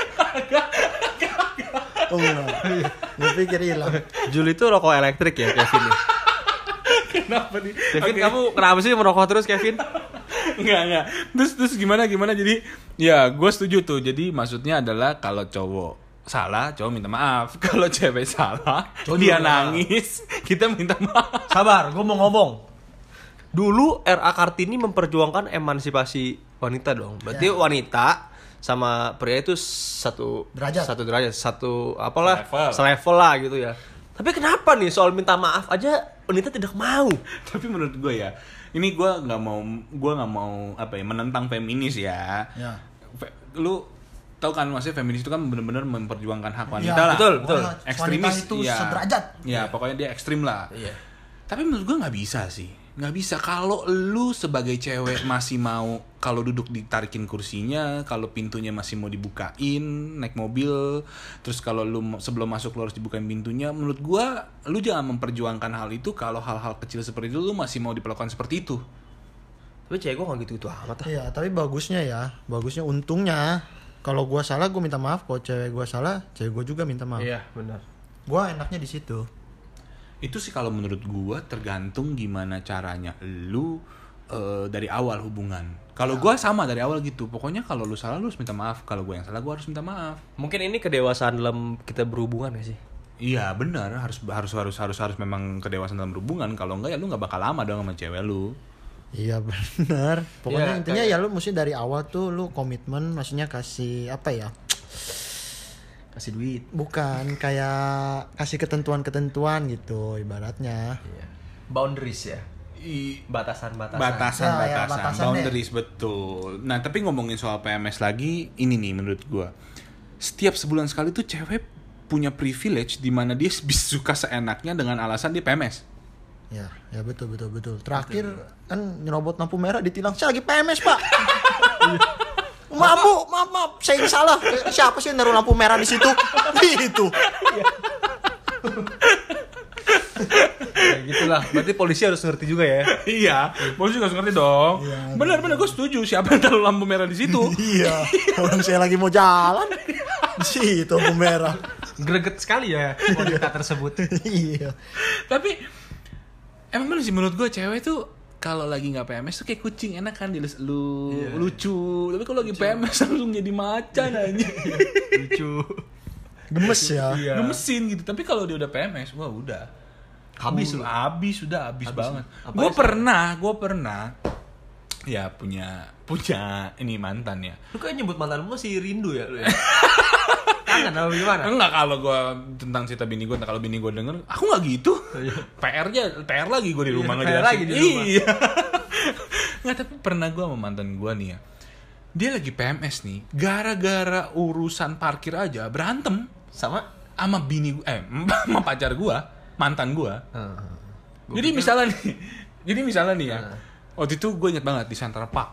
Oh enggak, gue pikir hilang. Jul itu rokok elektrik ya Kevin ya? Kenapa nih? Kevin Oke. kamu kenapa sih merokok terus Kevin? Enggak. Terus gimana? Jadi, ya gue setuju tuh. Jadi maksudnya adalah kalau cowok salah, cowok minta maaf. Kalau cewek salah, Cowok dia juga. nangis, kita minta maaf. Sabar, gue mau ngomong. Dulu RA Kartini memperjuangkan emansipasi wanita dong. Berarti wanita sama pria itu satu Derajat. satu apalah, Selevel. selevel lah gitu ya. Tapi kenapa nih soal minta maaf aja wanita tidak mau? Tapi menurut gue ya, ini gue nggak mau apa ya, menentang feminis ya. Ya. Lu tahu kan, maksudnya feminis itu kan benar-benar memperjuangkan hak wanita Ya, lah. betul. Ekstremis Wanita itu ya. sederajat. Ya, pokoknya dia ekstrim lah. Iya. Tapi menurut gue nggak bisa sih. Nggak bisa. Kalau lu sebagai cewek masih mau, kalau duduk ditarikin kursinya, kalau pintunya masih mau dibukain, naik mobil, terus kalau lu sebelum masuk lu harus dibukain pintunya, menurut gue lu jangan memperjuangkan hal itu kalau hal-hal kecil seperti itu lu masih mau diperlakukan seperti itu. Tapi cewek gue gak gitu-gitu amat lah. Iya, tapi bagusnya untungnya kalau gua salah gua minta maaf, kalau cewek gua salah, cewek gua juga minta maaf. Iya, benar. Gua enaknya di situ. Itu sih kalau menurut gua tergantung gimana caranya lu dari awal hubungan. Kalau gua sama dari awal gitu. Pokoknya kalau lu salah lu harus minta maaf. Kalau gua yang salah gua harus minta maaf. Mungkin ini kedewasaan dalam kita berhubungan gak sih? Iya benar, harus memang kedewasaan dalam berhubungan. Kalau enggak ya lu nggak bakal lama dong sama cewek lu. Iya benar. Pokoknya Iya, intinya kayak- ya lu mesti dari awal tuh lu komitmen, maksudnya kasih apa ya? Kasih duit. Bukan kayak kasih ketentuan-ketentuan gitu ibaratnya. Iya. Boundaries ya. Batasan-batasan. Ya, batasan boundaries betul. Nah tapi ngomongin soal PMS lagi, ini nih menurut gua, setiap sebulan sekali tuh cewek punya privilege di mana dia bisa suka seenaknya dengan alasan dia PMS. Ya betul. Terakhir kan nyerobot lampu merah ditilang, saya lagi PMS pak. Maaf bu, maaf, saya yang salah. Siapa sih yang naruh lampu merah di situ? Gitu. Ya gitulah. Berarti polisi harus ngerti juga ya. Iya, polisi juga harus ngerti dong. Benar, gue setuju. Siapa yang taruh lampu merah di situ? Iya. Orang saya lagi mau jalan di situ lampu merah. Greget sekali ya wanita tersebut. Iya. Tapi emang bener sih menurut gue cewek tuh kalau lagi nggak PMS tuh kayak kucing, enak kan dilus lu lucu. Tapi kalau lagi PMS langsung jadi macan aja. Lucu. Gemes ya. Iya. Gemesin gitu. Tapi kalau dia udah PMS, wah udah. Habis lu. Habis banget. Apalagi Gue pernah ya punya ini mantan ya. Lu kayak nyebut mantanmu masih rindu ya lu ya. Kangen apa gimana? Enggak, kalau gue tentang cerita bini gue, kalau bini gue denger, aku nggak gitu. PR lagi gue di rumah Iya, ngejelasin. PR lagi di rumah. Iya. Nggak, tapi pernah gue sama mantan gue nih ya. Dia lagi PMS nih, gara-gara urusan parkir aja berantem Sama? sama sama pacar gue, mantan gue. Jadi misalnya nih ya. Waktu itu gue inget banget di Central Park.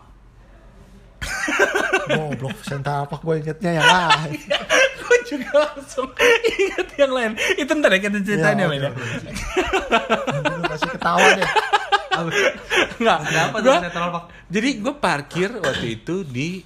Goblok, Central Park gue ingetnya yang lain. Gue juga langsung inget yang lain. Itu ntar ya kita ceritain ya, men. Lu kasih ketawa deh. Enggak. Kenapa tuh Central Park? Jadi gue parkir waktu itu di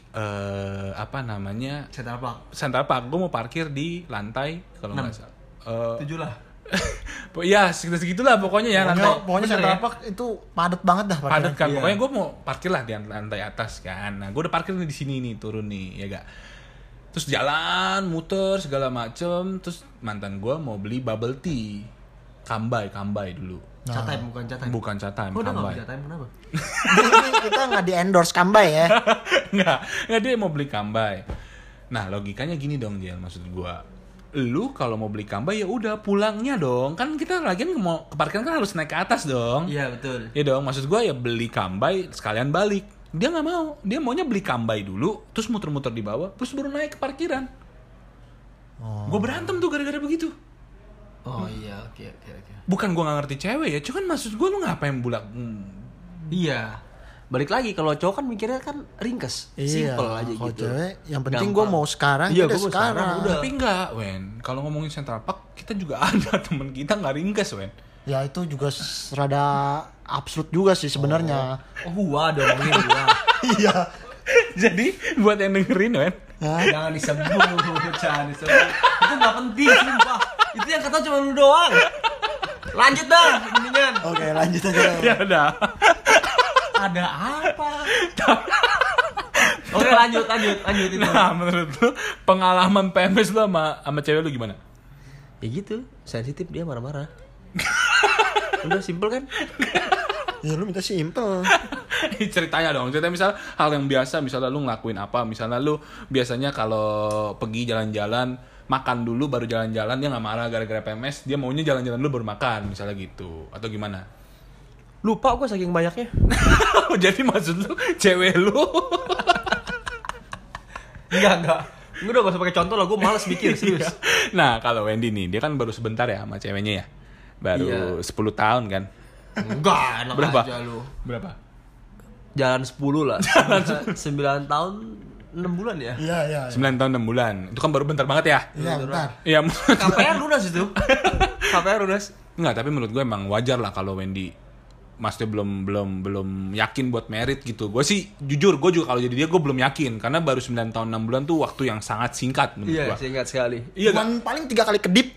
Central Park. Gue mau parkir di lantai kalau nggak salah. 7 lah. Ya segitulah pokoknya ya lantai. Pokoknya Bener Central ya? Park itu padat banget dah. Padat kan. Iya. Pokoknya gue mau parkir lah di lantai atas kan. Nah gue udah parkir nih di sini nih, turun nih, ya gak. Terus jalan, muter segala macem. Terus mantan gue mau beli bubble tea, kambai dulu. Catai bukan catai. Bukan catai, Kok udah kambai. enggak catai kenapa? Ini kita nggak di endorse Kambai ya. Nggak dia mau beli kambai. Nah logikanya gini dong Jel, maksud gua, lu kalau mau beli kambai ya udah pulangnya dong, kan kita lagi mau ke parkiran kan harus naik ke atas dong. Iya betul. Ya dong, maksud gua ya beli kambai sekalian balik. Dia nggak mau, dia maunya beli kambai dulu, terus muter-muter di bawah, terus baru naik ke parkiran. Gua berantem tuh gara-gara begitu. Oh iya, oke. Bukan gua nggak ngerti cewek ya, cuman maksud gua lu ngapain bulak? Iya. Balik lagi kalau cowok kan mikirnya kan ringkes, Iya. simple aja Kalau gitu. cewek, yang penting Gampang. gue mau sekarang, Iya, udah gua mau sekarang. sekarang, udah. Tapi enggak, Wen. Kalau ngomongin Central Park, kita juga ada temen kita nggak ringkes, Wen. Ya itu juga rada absurd juga sih sebenarnya. Oh, gua ada ngomongin gua. Iya. Jadi buat yang dengerin, Wen. Hah? Jangan disebut, jangan disebut. Itu nggak penting, sumpah. Itu yang kata cuma lu doang. Lanjut dah, mendingan. Oke, lanjut aja. Ya udah. Ada apa? Oke, lanjut itu. Nah, menurut lu pengalaman PMS lu sama cewek lu gimana? Ya gitu, sensitif dia marah-marah. Udah simple kan? Ya lu minta simple. Ceritanya dong, cerita misal hal yang biasa, misalnya lu ngelakuin apa, misalnya lu biasanya kalau pergi jalan-jalan makan dulu baru jalan-jalan, dia nggak marah gara-gara PMS, dia maunya jalan-jalan dulu baru makan, misalnya gitu, atau gimana? Lupa gue saking banyaknya. Jadi maksud lu cewek lu? Enggak. Gue udah gak usah pakai contoh lah, gue males mikir serius. Nah, kalau Wendy nih, dia kan baru sebentar ya sama ceweknya ya, baru 10 tahun kan? Enggak, enak Berapa? aja lu. Berapa? Jalan 10 lah. 9 tahun 6 bulan ya. Iya. 9 tahun 6 bulan. Itu kan baru bentar banget ya? Iya, bentar. Iya. KPR lunas itu. KPR lunas. Enggak, tapi menurut gue emang wajar lah kalau Wendy maksudnya belum yakin buat merit gitu. Gue sih jujur, gue juga kalau jadi dia gue belum yakin karena baru 9 tahun 6 bulan tuh waktu yang sangat singkat menurut Iya, gue. singkat sekali. Iya Cuman paling 3 kali kedip.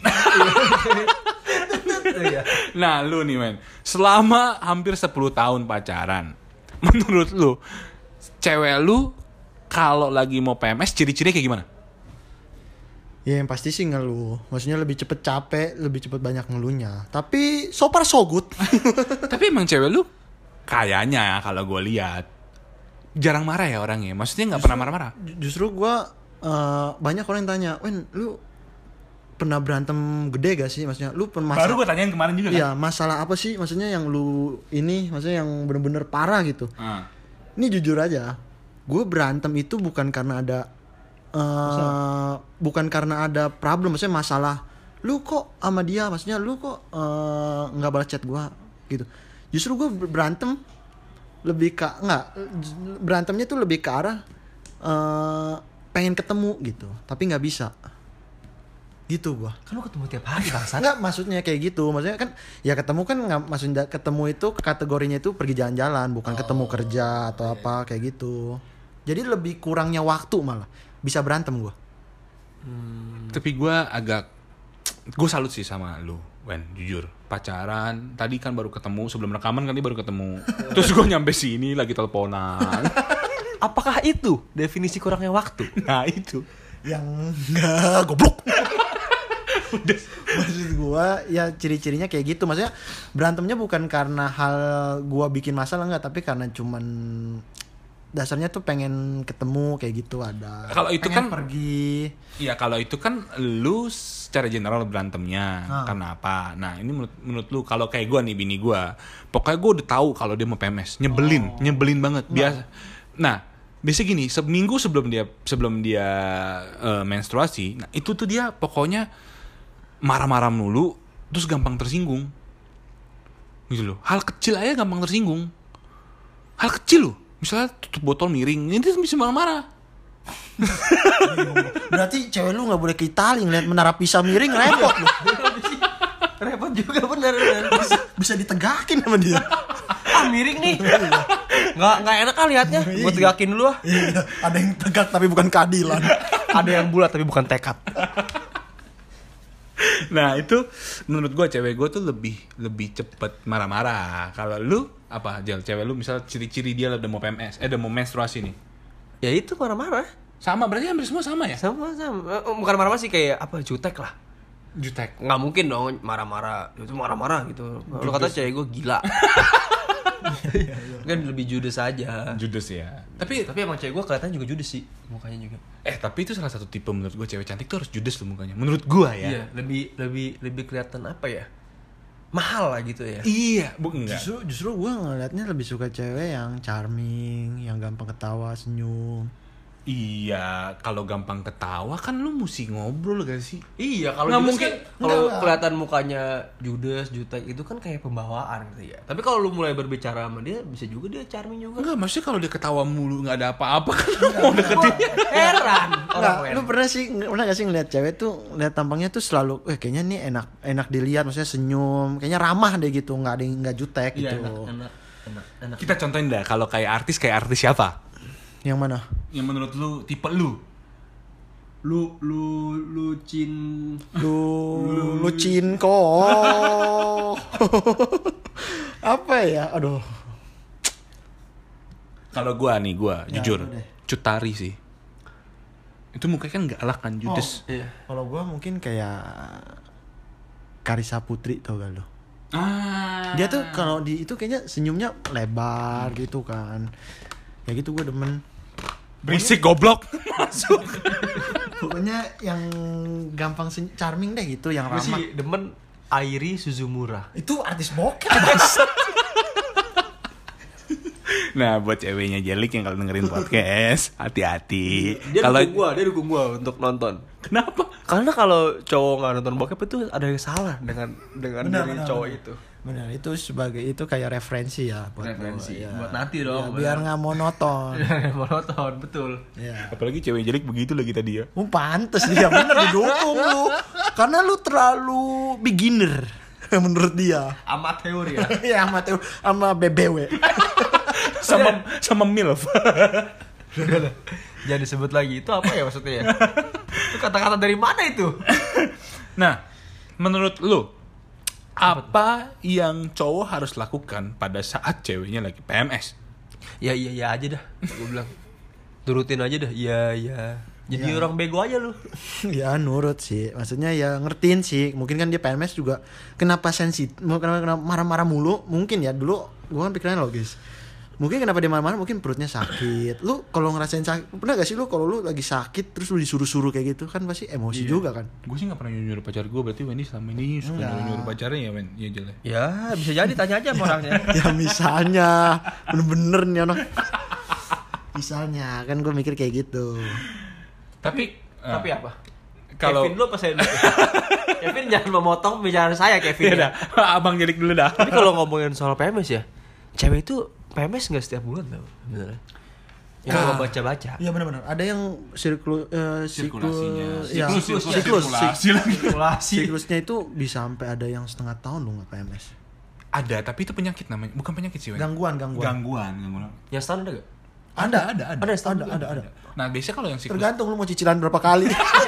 Iya. Nah lu nih men, selama hampir 10 tahun pacaran, menurut lu cewek lu kalau lagi mau PMS ciri-cirinya kayak gimana? Ya yang pasti sih ngeluh. Maksudnya lebih cepet capek, lebih cepet banyak ngeluhnya. Tapi so far so good. Tapi emang cewek lu kayaknya kalau gue lihat jarang marah ya orangnya. Maksudnya nggak pernah marah-marah. Justru gue banyak orang yang tanya, Wen, lu pernah berantem gede gak sih? Maksudnya lu pernah Baru gue tanyain kemarin juga kan. Iya, masalah apa sih? Maksudnya yang lu ini, maksudnya yang bener-bener parah gitu. Ini jujur aja, gue berantem itu bukan karena ada bukan karena ada problem, maksudnya masalah lu kok sama dia, maksudnya lu kok nggak balas chat gue gitu. Justru gue berantem lebih ke berantemnya tuh lebih ke arah pengen ketemu gitu, tapi nggak bisa gitu gue. Kan lu ketemu tiap hari bangsat. Nggak, maksudnya kayak gitu, maksudnya kan ya ketemu kan nggak, maksudnya ketemu itu kategorinya itu pergi jalan-jalan, bukan ketemu kerja atau apa kayak gitu. Jadi lebih kurangnya waktu malah bisa berantem gue. Tapi gue salut sih sama lu, Wen, jujur. Pacaran, tadi kan baru ketemu, sebelum rekaman kan dia baru ketemu. Terus gue nyampe sini lagi teleponan. Apakah itu definisi kurangnya waktu? Nah itu. Yang enggak, goblok. Maksud gue ya ciri-cirinya kayak gitu. Maksudnya berantemnya bukan karena hal gue bikin masalah, enggak, tapi karena cuman dasarnya tuh pengen ketemu kayak gitu ada. Kalau itu pengen kan pergi. Iya, kalau itu kan lu secara general berantemnya karena apa? Nah, ini menurut lu kalau kayak gue nih, bini gue, pokoknya gue udah tahu kalau dia mau PMS, nyebelin banget. Biasa. Nah, biasanya gini, seminggu sebelum dia menstruasi, nah itu tuh dia pokoknya marah-marah mulu, terus gampang tersinggung. Gitu loh. Hal kecil aja gampang tersinggung. Hal kecil loh. Misalnya tutup botol miring, ini bisa marah-marah. Berarti cewek lu nggak boleh ke Itali ngeliat menara Pisa miring, repot lu. Repot juga bener. Bisa ditegakin sama dia. Miring nih. Nggak enak kan liatnya. Gue tegakin dulu ah. Iya, ada yang tegak tapi bukan keadilan. Ada yang bulat tapi bukan tekad. Nah itu menurut gue cewek gue tuh lebih cepet marah-marah. Kalau lu apa, Jal? Cewek lu misal ciri-ciri dia udah mau PMS, udah mau menstruasi nih. Ya itu marah-marah. Sama, berarti hampir semua sama ya? Sama. Bukan marah-marah sih, kayak apa, jutek lah. Jutek. Nggak mungkin dong marah-marah. Itu marah-marah gitu. Lu kata cewek gue gila. Kan lebih judes aja. Judes ya. Tapi emang cewek gue kelihatan juga judes sih mukanya juga. tapi itu salah satu tipe menurut gue, cewek cantik tuh harus judes loh mukanya. Menurut gue ya. Iya, lebih kelihatan apa ya? Mahal lah gitu ya. Iya, enggak. Justru gue ngeliatnya lebih suka cewek yang charming, yang gampang ketawa, senyum. Iya, kalau gampang ketawa kan lu mesti ngobrol gak sih? Iya, kalau nggak judes mungkin. kan, kalau kelihatan mukanya judes, jutek itu kan kayak pembawaan gitu ya. Tapi kalau lu mulai berbicara sama dia, bisa juga dia charming juga. Enggak, maksudnya kalau dia ketawa mulu nggak ada apa-apa kan lu mau deketin. Heran. Nggak, lu pernah gak sih ngeliat cewek tuh, lihat tampangnya tuh selalu, kayaknya nih enak dilihat, maksudnya senyum, kayaknya ramah deh gitu, nggak jutek Iya, gitu. enak. Kita contohin dah, kalau kayak artis siapa? Yang mana? Yang menurut lu tipe lu? Lucin kok. Apa ya? Aduh. Kalau gua Ya, jujur, deh. Cut Tari sih. Itu mukanya kan galak kan, judes. Iya. Kalau gue mungkin kayak Karissa Putri, tau gak lo? Dia tuh kalau di itu kayaknya senyumnya lebar gitu kan. Ya gitu gue demen. Berisik goblok. Masuk. Pokoknya yang gampang charming deh gitu, yang Gue ramah. sih demen Airi Suzumura. Itu artis bokep, Mas. Nah, buat ceweknya Jelik yang kalau dengerin podcast, hati-hati. Dia Kalau dukung gua untuk nonton. kenapa? Karena kalau cowok nggak nonton bokep itu ada yang salah dengan diri cowok itu. Benar, itu sebagai itu kayak referensi ya buat Referensi. ya. Buat nanti dong. Ya, biar nggak monoton. Monoton, betul. Ya. Apalagi cewek Jelik begitu lagi tadi ya. Pantes dia bener didukung lu. Karena lu terlalu beginner. Menurut dia. Amateur ya. Ya sama BBW. sama MILF. Jangan disebut lagi. Itu apa ya maksudnya ya? Itu kata-kata dari mana itu? Nah, menurut lu apa yang cowok harus lakukan pada saat ceweknya lagi PMS? Ya aja dah. Gue bilang turutin aja dah. Iya. Jadi Ya. orang bego aja lu. Ya nurut sih. Maksudnya ya ngertiin sih. Mungkin kan dia PMS juga. Kenapa sensitif? Kenapa marah-marah mulu? Mungkin ya dulu gua kan pikirannya logis. Mungkin kenapa dia marah-marah? Mungkin perutnya sakit. Lu kalau ngerasain sakit, pernah gak sih lu kalau lu lagi sakit terus lu disuruh-suruh kayak gitu kan pasti emosi juga kan? Gue sih gak pernah nyuruh pacar gue, berarti Wendy selama ini suka nyuruh pacarnya ya, Wen? Iya, Jel. Ya bisa jadi, tanya aja sama orangnya. Ya misalnya bener-bener nih anak. Misalnya kan gue mikir kayak gitu. Tapi apa? Kalau- Kevin lu apa saya dulu? Kevin jangan memotong pembicaraan saya, ya Kevin. dah, abang jelik dulu dah. Tapi kalau ngomongin soal PMS ya, cewek itu PMS nggak setiap bulan tau, bener. Yang Ah. gua baca-baca. Iya benar-benar. Ada yang Sirkulasinya. Ya, Siklus. siklusnya itu bisa sampai ada yang setengah tahun lu nggak PMS. Ada, tapi itu penyakit namanya. Bukan penyakit sih, Wen. Gangguan. Gangguan. Yang setahun ada gak? Ada. Ada yang setahun juga? Ada. Nah, biasanya kalau yang siklus Tergantung lu mau cicilan berapa kali.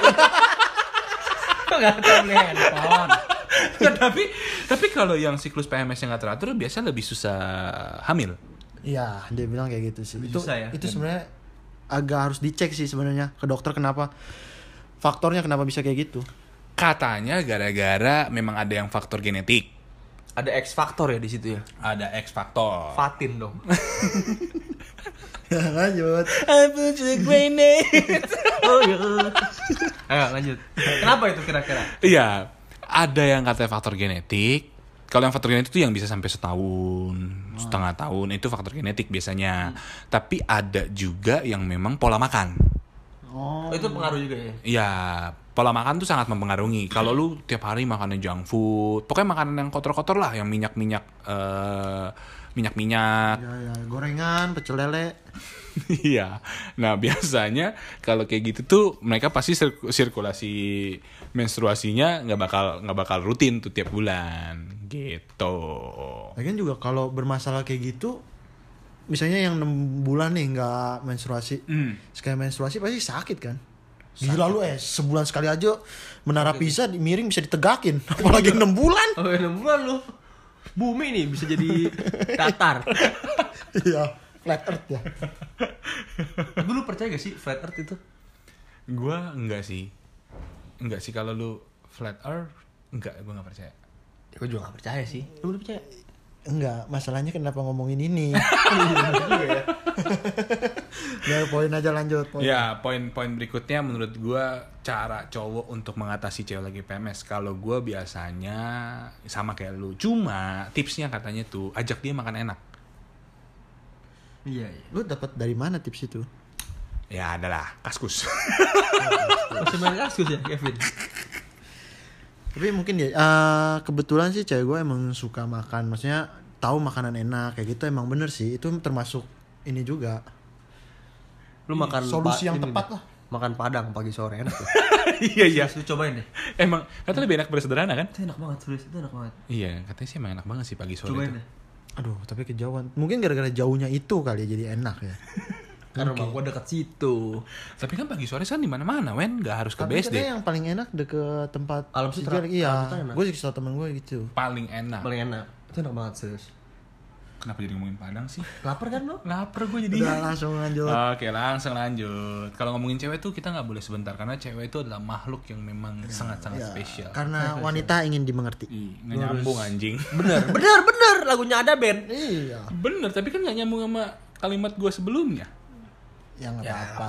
Gak tahu nih handphone. Nggak, tapi kalau yang siklus PMS yang nggak teratur biasanya lebih susah hamil. Iya, dia bilang kayak gitu sih. Itu Susah ya? itu sebenarnya agak harus dicek sih sebenarnya ke dokter kenapa faktornya kenapa bisa kayak gitu. Katanya gara-gara memang ada yang faktor genetik, Ada X faktor ya di situ ya. ada X faktor. Fatin dong. Lanjut. Oh iya. Ayo lanjut. Kenapa itu kira-kira? Iya, ada yang katanya faktor genetik. Kalau yang faktor genetik itu yang bisa sampai setahun, setengah tahun, itu faktor genetik biasanya. Tapi ada juga yang memang pola makan. Oh. Itu pengaruh juga ya. Iya, pola makan tuh sangat mempengaruhi. Kalau lu tiap hari makannya junk food, pokoknya makanan yang kotor-kotor lah, yang minyak-minyak. Ya, gorengan, pecel lele. Iya. Nah, biasanya kalau kayak gitu tuh mereka pasti sirkulasi menstruasinya nggak bakal rutin tuh tiap bulan gitu. Lagian juga kalau bermasalah kayak gitu, misalnya yang 6 bulan nih nggak menstruasi, sekali menstruasi pasti sakit kan? Gila lu sebulan sekali aja menara Pisa miring bisa ditegakin, apalagi 6 bulan. Oh 6 bulan lu. Bumi nih bisa jadi datar. Iya, flat earth ya. Tapi lu percaya gak sih flat earth itu? Gua enggak sih kalau lu flat earth gue nggak percaya. Gue juga gak percaya sih. Lu percaya? Enggak, masalahnya kenapa ngomongin ini? Ya, poin aja lanjut. Ya, poin berikutnya menurut gua cara cowok untuk mengatasi cewek lagi PMS. Kalau gua biasanya sama kayak lu, cuma tipsnya katanya tuh ajak dia makan enak. Iya. Lu dapat dari mana tips itu? Ya adalah Kaskus. Masih main kaskus ya Kevin? Tapi mungkin ya kebetulan sih cewek gue emang suka makan, maksudnya tahu makanan enak kayak gitu, emang bener sih itu termasuk ini juga. Lu makan Solusi yang ini tepat deh. lah. Makan padang pagi sore enak tuh. Iya. Lu cobain deh. Emang katanya lebih enak bersederhana kan? Itu enak banget serius, itu enak banget. Iya, katanya sih emang enak banget sih pagi sore Cobain itu. deh. Aduh, tapi kejauhan. Mungkin gara-gara jauhnya itu kali jadi enak ya. Karena rumah gua deket situ. Tapi kan pagi sore kan di mana-mana, Wen, nggak harus ke Tapi BSD. katanya yang paling enak deket tempat Alam Sutra. Iya, Alam Sutra enak. gue juga sama temen gue gitu. Paling enak. Paling enak. Itu enak banget serius. Kenapa jadi ngomongin Padang sih? Lapar kan lu? Lapar gue jadi. Udah langsung lanjut. Oke, langsung lanjut. Kalau ngomongin cewek tuh kita nggak boleh sebentar karena cewek itu adalah makhluk yang memang sangat-sangat Ya, spesial. karena wanita ingin dimengerti. Nggak nyambung anjing. Bener. Lagunya ada band. Iya, Bener, tapi kan nggak nyambung sama kalimat gue sebelumnya. ya nggak apa-apa.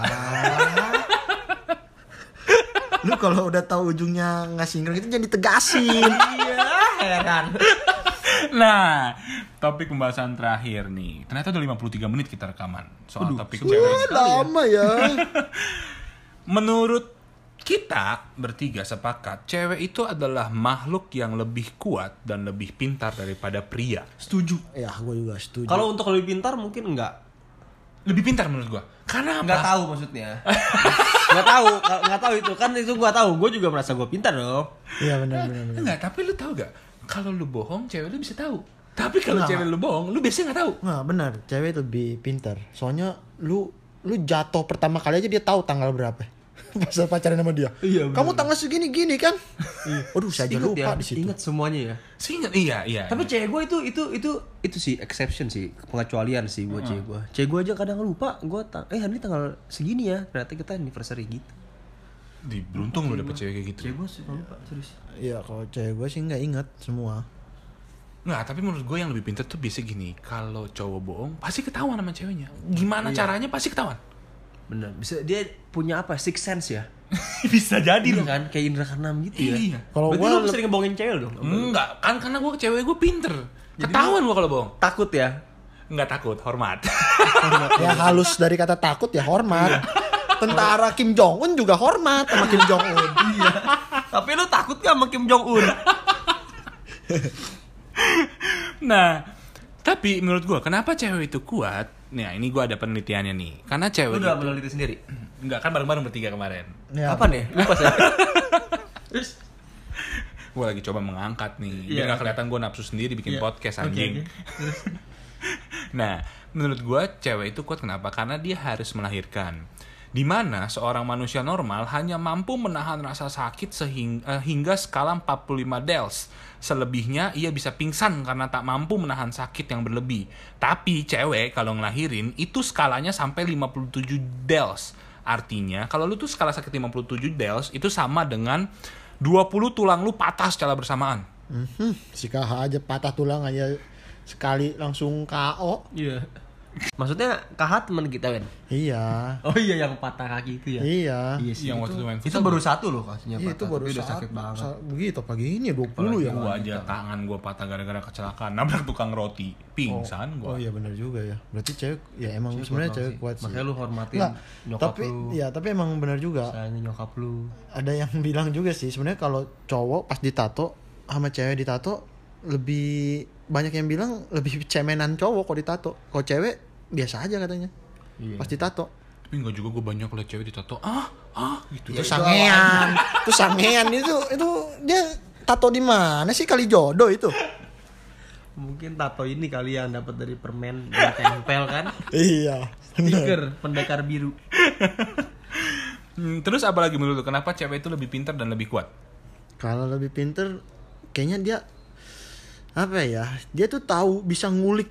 Lu kalau udah tahu ujungnya nggak sinkron gitu jangan ditegasin. Iya, heran. Nah, topik pembahasan terakhir nih. Ternyata udah 53 menit kita rekaman soal topik cewek. Wah, lama ya. Menurut kita bertiga sepakat, cewek itu adalah makhluk yang lebih kuat dan lebih pintar daripada pria. Setuju. Ya, gue juga setuju. Kalau untuk lebih pintar mungkin enggak. Lebih pintar menurut gua. Karena Enggak apa? tahu maksudnya. Enggak tahu itu kan, itu gua tahu. Gua juga merasa gua pintar dong. Iya benar. Enggak, tapi lu tahu gak? kalau lu bohong cewek lu bisa tahu. Tapi kalau Nah. cewek lu bohong, lu biasanya nggak tahu. Nah benar, cewek lebih pintar. Soalnya lu jatuh pertama kali aja dia tahu tanggal berapa. Pas pacaran sama dia. Iya, benar. Kamu tanggal segini gini kan? Aduh saya aja Ingat lupa ya, di situ. ingat semuanya ya. Seingat iya. Tapi cewek gue itu sih exception sih, pengecualian sih buat cewek gue. Cewek gue aja kadang lupa, hari ini tanggal segini ya, ternyata kita anniversary gitu. beruntung lu dapet cewek kayak gitu. Cewek gue suka lupa, serius. Iya kalau cewek gue sih nggak inget semua. Nggak, tapi menurut gue yang lebih pintar tuh biasa gini. Kalau cowok bohong, pasti ketahuan sama ceweknya. Gimana caranya pasti ketahuan. Bener, bisa dia punya apa? Six sense ya? Bisa jadi Iya lu. kan, kayak indra keenam gitu ya. Iya. Kalau Berarti gue lu sering ngebohongin cewek dong? Enggak, kan karena gue cewek gue pinter. Ketahuan gue kalau bohong. Takut ya? Enggak takut, hormat. ya halus dari kata takut ya hormat. Tentara Kim Jong Un juga hormat sama Kim Jong Un. Iya. Tapi lu takut gak sama Kim Jong Un? Nah, tapi menurut gue kenapa cewek itu kuat? Nah, ini gue ada penelitiannya nih. Karena Lu cewek udah itu meneliti sendiri? enggak kan bareng-bareng bertiga kemarin. Ya, Apa nih? Lupa saya. Terus? Gue lagi coba mengangkat nih. Biar Iya. nggak kelihatan gue nafsu sendiri bikin Iya. podcast Oke, anjing. oke. Terus? Nah, menurut gue cewek itu kuat kenapa? Karena dia harus melahirkan. Dimana seorang manusia normal hanya mampu menahan rasa sakit hingga skala 45 Dels. Selebihnya ia bisa pingsan karena tak mampu menahan sakit yang berlebih. Tapi cewek kalau ngelahirin itu skalanya sampai 57 Dels. Artinya kalau lu tuh skala sakit 57 Dels itu sama dengan 20 tulang lu patah secara bersamaan. Si KH aja patah tulang aja sekali langsung KO. Iya. Maksudnya KH teman kita kan? Iya. Oh iya, yang patah kaki itu ya? Iya. Iya sih. Yang waktu itu main Itu futsal baru satu loh kasusnya Iya patah. itu baru tapi udah saat- sakit banget. begitu pagi ini 20 ya. Gua aja tangan gua patah gara-gara kecelakaan nabrak tukang roti, pingsan Oh gua. iya benar juga ya. Berarti cewek ya emang Cewek sebenarnya kuat cewek sih. kuat sih. Makanya lu hormatin Nggak, nyokap tapi lu. ya tapi emang benar juga. Sayangin nyokap lu. Ada yang bilang juga sih sebenarnya kalau cowok pas ditato sama cewek ditato lebih banyak yang bilang lebih cemenan cowok kalau ditato. Kalau cewek biasa aja katanya. Iya. Pas ditato. Tapi enggak juga gua banyak liat cewek ditato. Gitu. Itu sangean. Itu sangean itu dia tato di mana sih kali jodoh itu? Mungkin tato ini kali yang dapat dari permen yang tempel kan? Iya. Stiker pendekar biru. Terus apa lagi menurut lu kenapa cewek itu lebih pintar dan lebih kuat? Kalau lebih pinter kayaknya dia apa ya? Dia tuh tahu bisa ngulik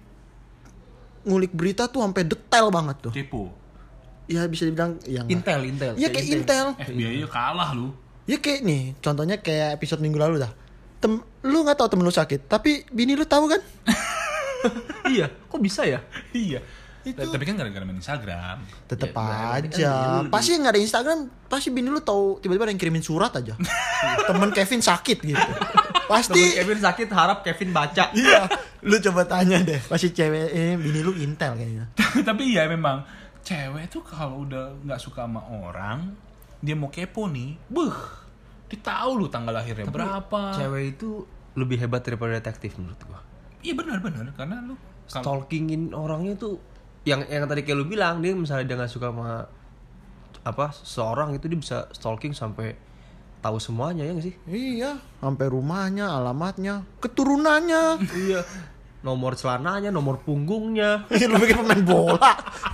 berita tuh sampai detail banget tuh. Kepo. Ya bisa dibilang yang Intel. Iya kayak Intel. FBI kalah lu. Ya kayak nih, contohnya kayak episode minggu lalu dah. Lu nggak tahu temen lu sakit, tapi bini lu tahu kan? Iya, kok bisa ya? Iya. Itu. Tapi kan gara-gara main Instagram. Tetep Ya, berarti kan aja. bini lu Pasti nggak ada Instagram, pasti bini lu tahu tiba-tiba ada yang kirimin surat aja. Temen Kevin sakit gitu. Temen Pasti. Kevin sakit, harap Kevin baca. Iya. Lu coba tanya deh. Pasti cewek bini lu Intel kayaknya. Tapi ya memang cewek tuh kalau udah nggak suka sama orang, dia mau kepo nih, dia tahu lu tanggal lahirnya berapa. Cewek itu lebih hebat daripada detektif menurut gua. Iya benar-benar karena lu Stalkingin orangnya tuh yang tadi kayak lu bilang, dia misalnya dia nggak suka sama apa seorang itu, dia bisa stalking sampai tahu semuanya ya nggak sih? Iya. Sampai rumahnya, alamatnya, keturunannya. Iya. Nomor celananya, nomor punggungnya. Lu bikin pemain bola.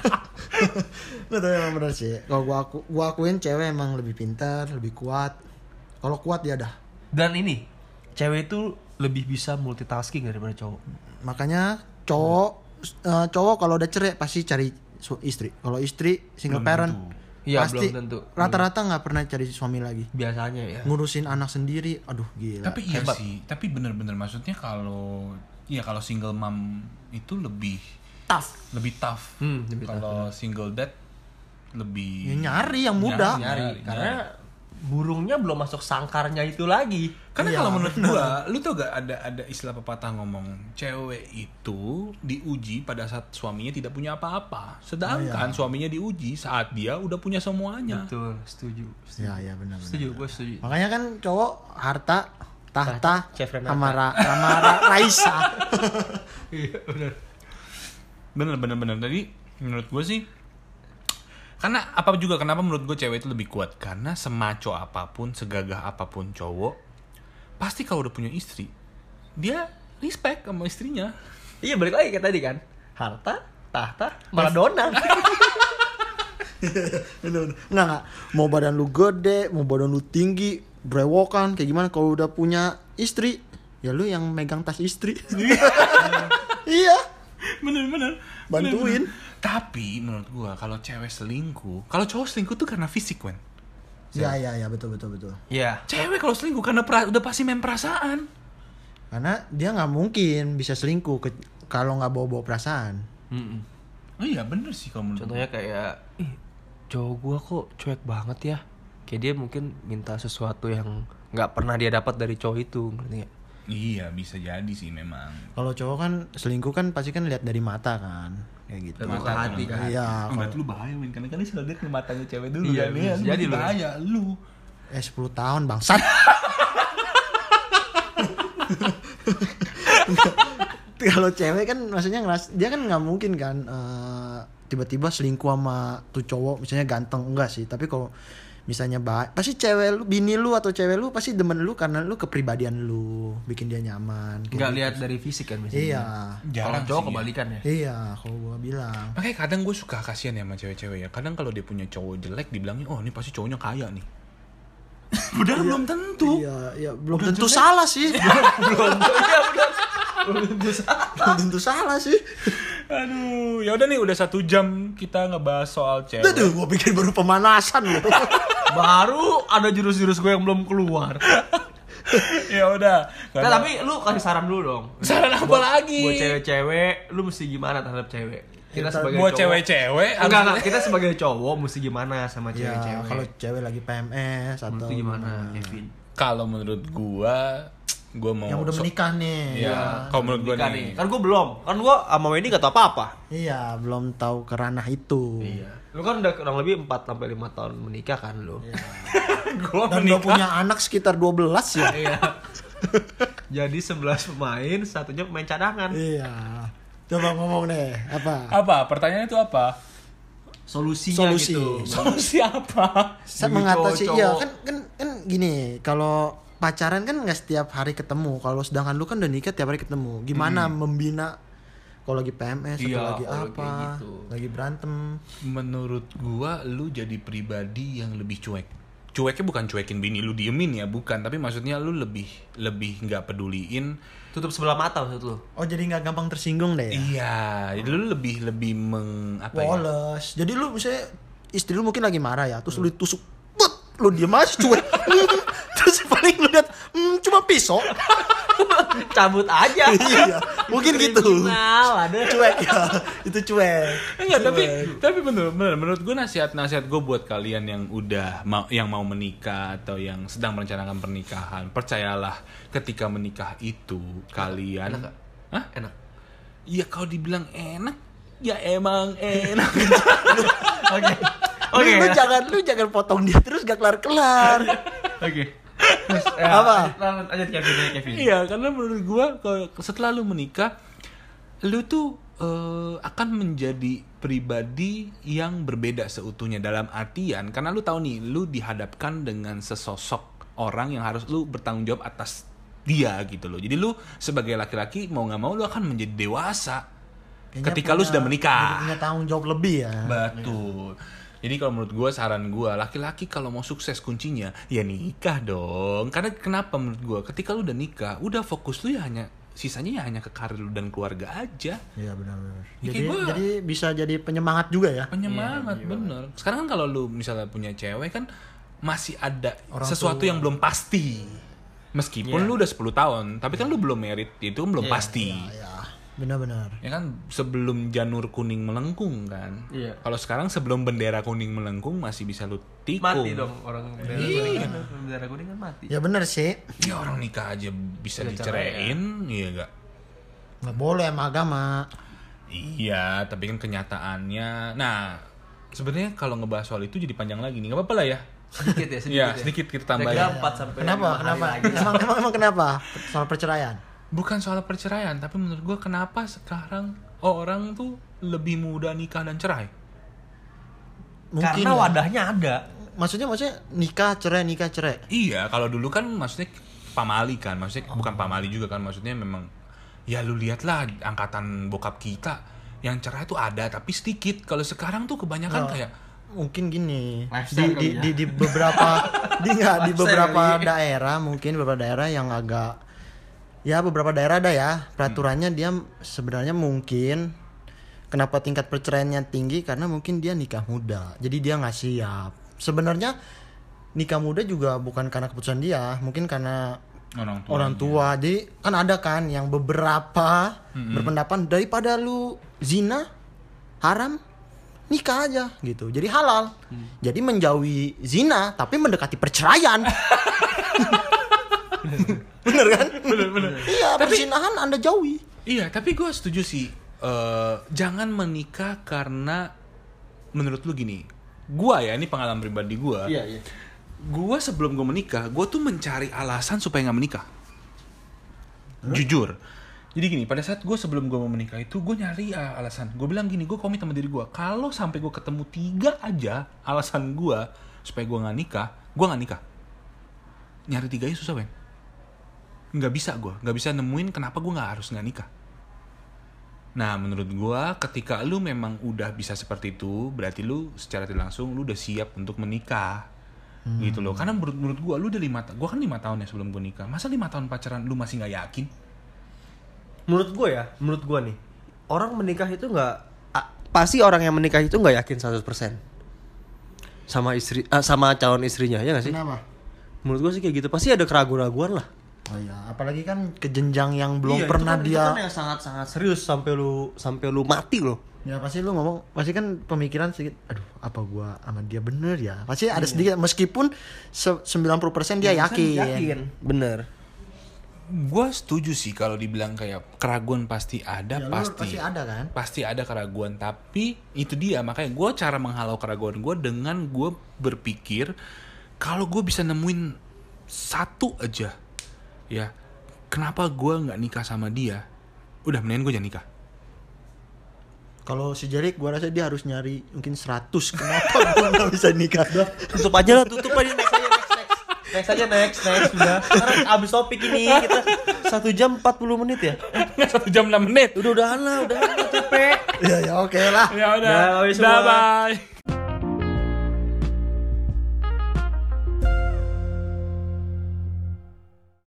Betul emang bener sih. Kalau gua akuin cewek emang lebih pintar, lebih kuat. Kalau kuat dia dah. Dan ini, cewek itu lebih bisa multitasking daripada cowok. Makanya cowok kalau udah cerai pasti cari istri. Kalau istri single Belum parent tentu. Iya, pasti belum tentu. rata-rata nggak pernah cari suami lagi. Biasanya ya. Ngurusin anak sendiri, aduh gila. Tapi iya Hebat. sih, tapi bener-bener maksudnya kalau single mom itu lebih Tough. tough. Lebih Kalau single dad lebih Ya, nyari yang muda. nyari. Karena burungnya belum masuk sangkarnya itu lagi. Karena Iya, kalau menurut gua, lu tau gak ada istilah pepatah ngomong cewek itu diuji pada saat suaminya tidak punya apa-apa, sedangkan suaminya diuji saat dia udah punya semuanya. Betul, setuju. Ya ya benar. Setuju, gue setuju. Makanya kan cowok harta, tahta, Chef Renata. sama Raisa. Iya, benar. Bener. Jadi menurut gua sih, karena apa juga kenapa menurut gue cewek itu lebih kuat, karena semaco apapun, segagah apapun cowok, pasti kalau udah punya istri dia respect sama istrinya. Iya, balik lagi kayak tadi kan. Harta, tahta, Maradona. Enggak. Mau badan lu gede, mau badan lu tinggi, brewokan, kayak gimana kalau udah punya istri, ya lu yang megang tas istri. Iya. Bener. Bantuin. Tapi menurut gua kalau cewek selingkuh, kalau cowok selingkuh tuh karena fisik, Wen. Iya, betul. Iya. Cewek kalau selingkuh karena udah pasti main perasaan. Karena dia nggak mungkin bisa selingkuh kalau nggak bawa perasaan. Oh iya bener sih kalau menurut Contohnya kayak, cowok gua kok cuek banget ya. Kayak dia mungkin minta sesuatu yang nggak pernah dia dapat dari cowok itu, ngerti nggak? Iya bisa jadi sih memang. Kalau cowok kan selingkuh kan pasti kan lihat dari mata kan, kayak gitu. Dari mata hati kan. Iya. Berarti lu bahaya, Win. Karena kan dia selalu lihat ke matanya cewek dulu Iya, kan. bisa jadi lu. bahaya lu. 10 tahun bangsat. Kalau cewek kan maksudnya dia kan nggak mungkin kan tiba-tiba selingkuh sama tuh cowok misalnya ganteng, enggak sih. Tapi kalau misalnya pasti cewek lu, bini lu atau cewek lu pasti demen lu karena lu kepribadian lu bikin dia nyaman. Nggak lihat dari fisik kan misalnya. Iya. Jarang Kalau cowok sih, kebalikan ya. Iya, kalau gua bilang. Makanya kadang gue suka kasihan ya sama cewek-cewek ya. Kadang kalau dia punya cowok jelek dibilangin, oh ini pasti cowoknya kaya nih. Padahal belum tentu. Iya, belum tentu salah sih. Belum tentu salah sih. Aduh, ya udah nih udah 1 jam kita ngebahas soal cewek. Aduh, gua pikir baru pemanasan loh. Baru ada jurus-jurus gue yang belum keluar. Ya udah. Nah, tapi lu kasih saran dulu dong. Saran apa lagi? Buat cewek-cewek, lu mesti gimana terhadap cewek? Kita Ya, sebagai buat cowok. cewek-cewek Enggak, kita sebagai cowok mesti gimana sama Ya, cewek-cewek? kalau cewek lagi PMS atau Menurut lu gimana, Kevin? Kalau menurut gua mau yang udah menikah nih. Iya, kalau menurut gua Nikah nih. Kan gue belum. Kan gue sama Wendy gak tau apa-apa. Iya, belum tahu ke ranah itu. Iya. Lu kan udah kurang lebih 4 sampai 5 tahun menikah kan lu. Iya. Gua Dan udah punya anak sekitar 12 ya. Iya. Jadi 11 pemain, satunya pemain cadangan. Iya. Coba ngomong deh, apa? Apa? Pertanyaannya itu apa? Solusinya Solusi. gitu. Solusi apa? Saya Bagi mengatasi cowok-cowok. iya kan gini, kalau pacaran kan nggak setiap hari ketemu. Kalau sedangkan lu kan udah nikah tiap hari ketemu. Gimana membina kalau lagi PMS Iya, atau lagi kalau apa, kayak gitu. lagi berantem. Menurut gua lu jadi pribadi yang lebih cuek. Cueknya bukan cuekin bini lu diemin ya, bukan, tapi maksudnya lu lebih nggak peduliin. Tutup sebelah mata maksud lu. Oh, jadi nggak gampang tersinggung deh ya. Iya, jadi lu lebih apa ya? Woles. Jadi lu misalnya istri lu mungkin lagi marah ya, terus lu ditusuk, but lu diem aja cuek. Terus paling lu lihat, cuma pisau. Cabut aja. Iya, mungkin gitu. Kriminal, ada. Cuek ya, itu cuek. Enggak, tapi bener menurut gue nasihat gue buat kalian yang udah mau menikah atau yang sedang merencanakan pernikahan, percayalah ketika menikah itu kalian Enak gak? Hah? Enak. Ya kalau dibilang enak, ya emang enak. Oke. Lu jangan potong dia terus gak kelar-kelar. Oke. Apa? Lanjut Kevin. Iya, karena menurut gue setelah lu menikah, lu tuh akan menjadi pribadi yang berbeda seutuhnya, dalam artian karena lu tahu nih, lu dihadapkan dengan sesosok orang yang harus lu bertanggung jawab atas dia gitu loh. Jadi lu sebagai laki-laki mau nggak mau lu akan menjadi dewasa ketika lu sudah menikah. Punya tanggung jawab lebih ya. Betul. Jadi kalau menurut gue, saran gue, laki-laki kalau mau sukses kuncinya ya nikah dong. Karena kenapa menurut gue, ketika lu udah nikah, udah fokus lu ya sisanya hanya ke karir lu dan keluarga aja. Iya benar. Ya, Jadi bisa jadi penyemangat juga ya. Penyemangat, bener. Sekarang kan kalau lu misalnya punya cewek kan masih ada Orang sesuatu tua. yang belum pasti. Meskipun lu udah 10 tahun, tapi kan lu belum married, itu belum pasti. Ya, benar-benar. Ya kan sebelum janur kuning melengkung kan. Iya. Kalau sekarang sebelum bendera kuning melengkung masih bisa lu tikung. Mati dong orang bendera Iya. kuning kan. Bendera kuning kan mati. Ya benar sih. Ya orang nikah aja bisa Bisa diceraiin, iya gak? Nggak boleh sama agama. Iya, tapi kan kenyataannya. Nah, sebenarnya kalau ngebahas soal itu jadi panjang lagi nih. Gak apa-apa lah ya. Sedikit ya, Iya, sedikit kita tambahin. Kira-kira 4 sampai Kenapa? 5 hari Kenapa? lagi. Emang kenapa? Soal perceraian. Bukan soal perceraian, tapi menurut gue kenapa sekarang orang tuh lebih mudah nikah dan cerai? Mungkin Karena ya. wadahnya ada. Maksudnya nikah cerai. Iya, kalau dulu kan maksudnya pamali kan, maksudnya bukan pamali juga kan, maksudnya memang ya lu lihatlah angkatan bokap kita yang cerai tuh ada tapi sedikit. Kalau sekarang tuh kebanyakan kayak mungkin gini Lifestyle kali ya. di beberapa di beberapa daerah, mungkin beberapa daerah yang agak ya beberapa daerah ada ya peraturannya dia sebenarnya mungkin kenapa tingkat perceraiannya tinggi karena mungkin dia nikah muda, jadi dia nggak siap. Sebenarnya nikah muda juga bukan karena keputusan dia, mungkin karena orang tua. Jadi kan ada kan yang beberapa berpendapat daripada lu zina haram, nikah aja gitu. Jadi halal. Jadi menjauhi zina tapi mendekati perceraian. Bener kan? Bener. Iya, perzinahan Anda jauhi. Iya, tapi gue setuju sih. Jangan menikah karena menurut lu gini. Gua ya, ini pengalaman pribadi gua. Iya. Gue sebelum gue menikah, gue tuh mencari alasan supaya nggak menikah. Jujur. Jadi gini, pada saat gue sebelum gue mau menikah itu, gue nyari alasan. Gue bilang gini, gue komit sama diri gue. Kalau sampai gue ketemu 3 aja alasan gue supaya gue nggak nikah, gue nggak nikah. Nyari 3 susah, Ben. Nggak bisa nemuin kenapa gue nggak nikah. Nah, menurut gue, ketika lu memang udah bisa seperti itu, berarti lu secara tidak langsung lu udah siap untuk menikah. Gitu loh. Karena menurut gue, lu udah 5 tahun. Gue kan 5 tahun ya sebelum gue nikah. Masa 5 tahun pacaran lu masih nggak yakin? Menurut gue nih, orang menikah itu pasti orang yang menikah itu nggak yakin 100% sama istri, sama calon istrinya, ya nggak sih? Kenapa? Menurut gue sih kayak gitu, pasti ada keraguan-keraguan lah. Oh iya, apalagi kan ke jenjang yang belum Iya, pernah itu dia. kan yang sangat-sangat serius sampai lu mati loh. Ya pasti lu ngomong, pasti kan pemikiran sedikit, aduh apa gua sama dia bener ya. Pasti ada sedikit, meskipun 90% dia yakin. Bener. Gue setuju sih kalau dibilang kayak keraguan pasti ada, Ya, pasti ada kan? Pasti ada keraguan, tapi itu dia makanya gue cara menghalau keraguan gue dengan gue berpikir kalau gue bisa nemuin 1 aja, ya kenapa gue nggak nikah sama dia? Udah mendingan gue jangan nikah. Kalau si Jerik gua rasa dia harus nyari mungkin 100. Kenapa gua nggak bisa nikah? Tutup aja next aja next udah. Karena abis topik ini kita 1 jam 40 menit ya. 1 jam 6 menit. Udah capek. Ya oke lah. Ya udah. Bye. Bye.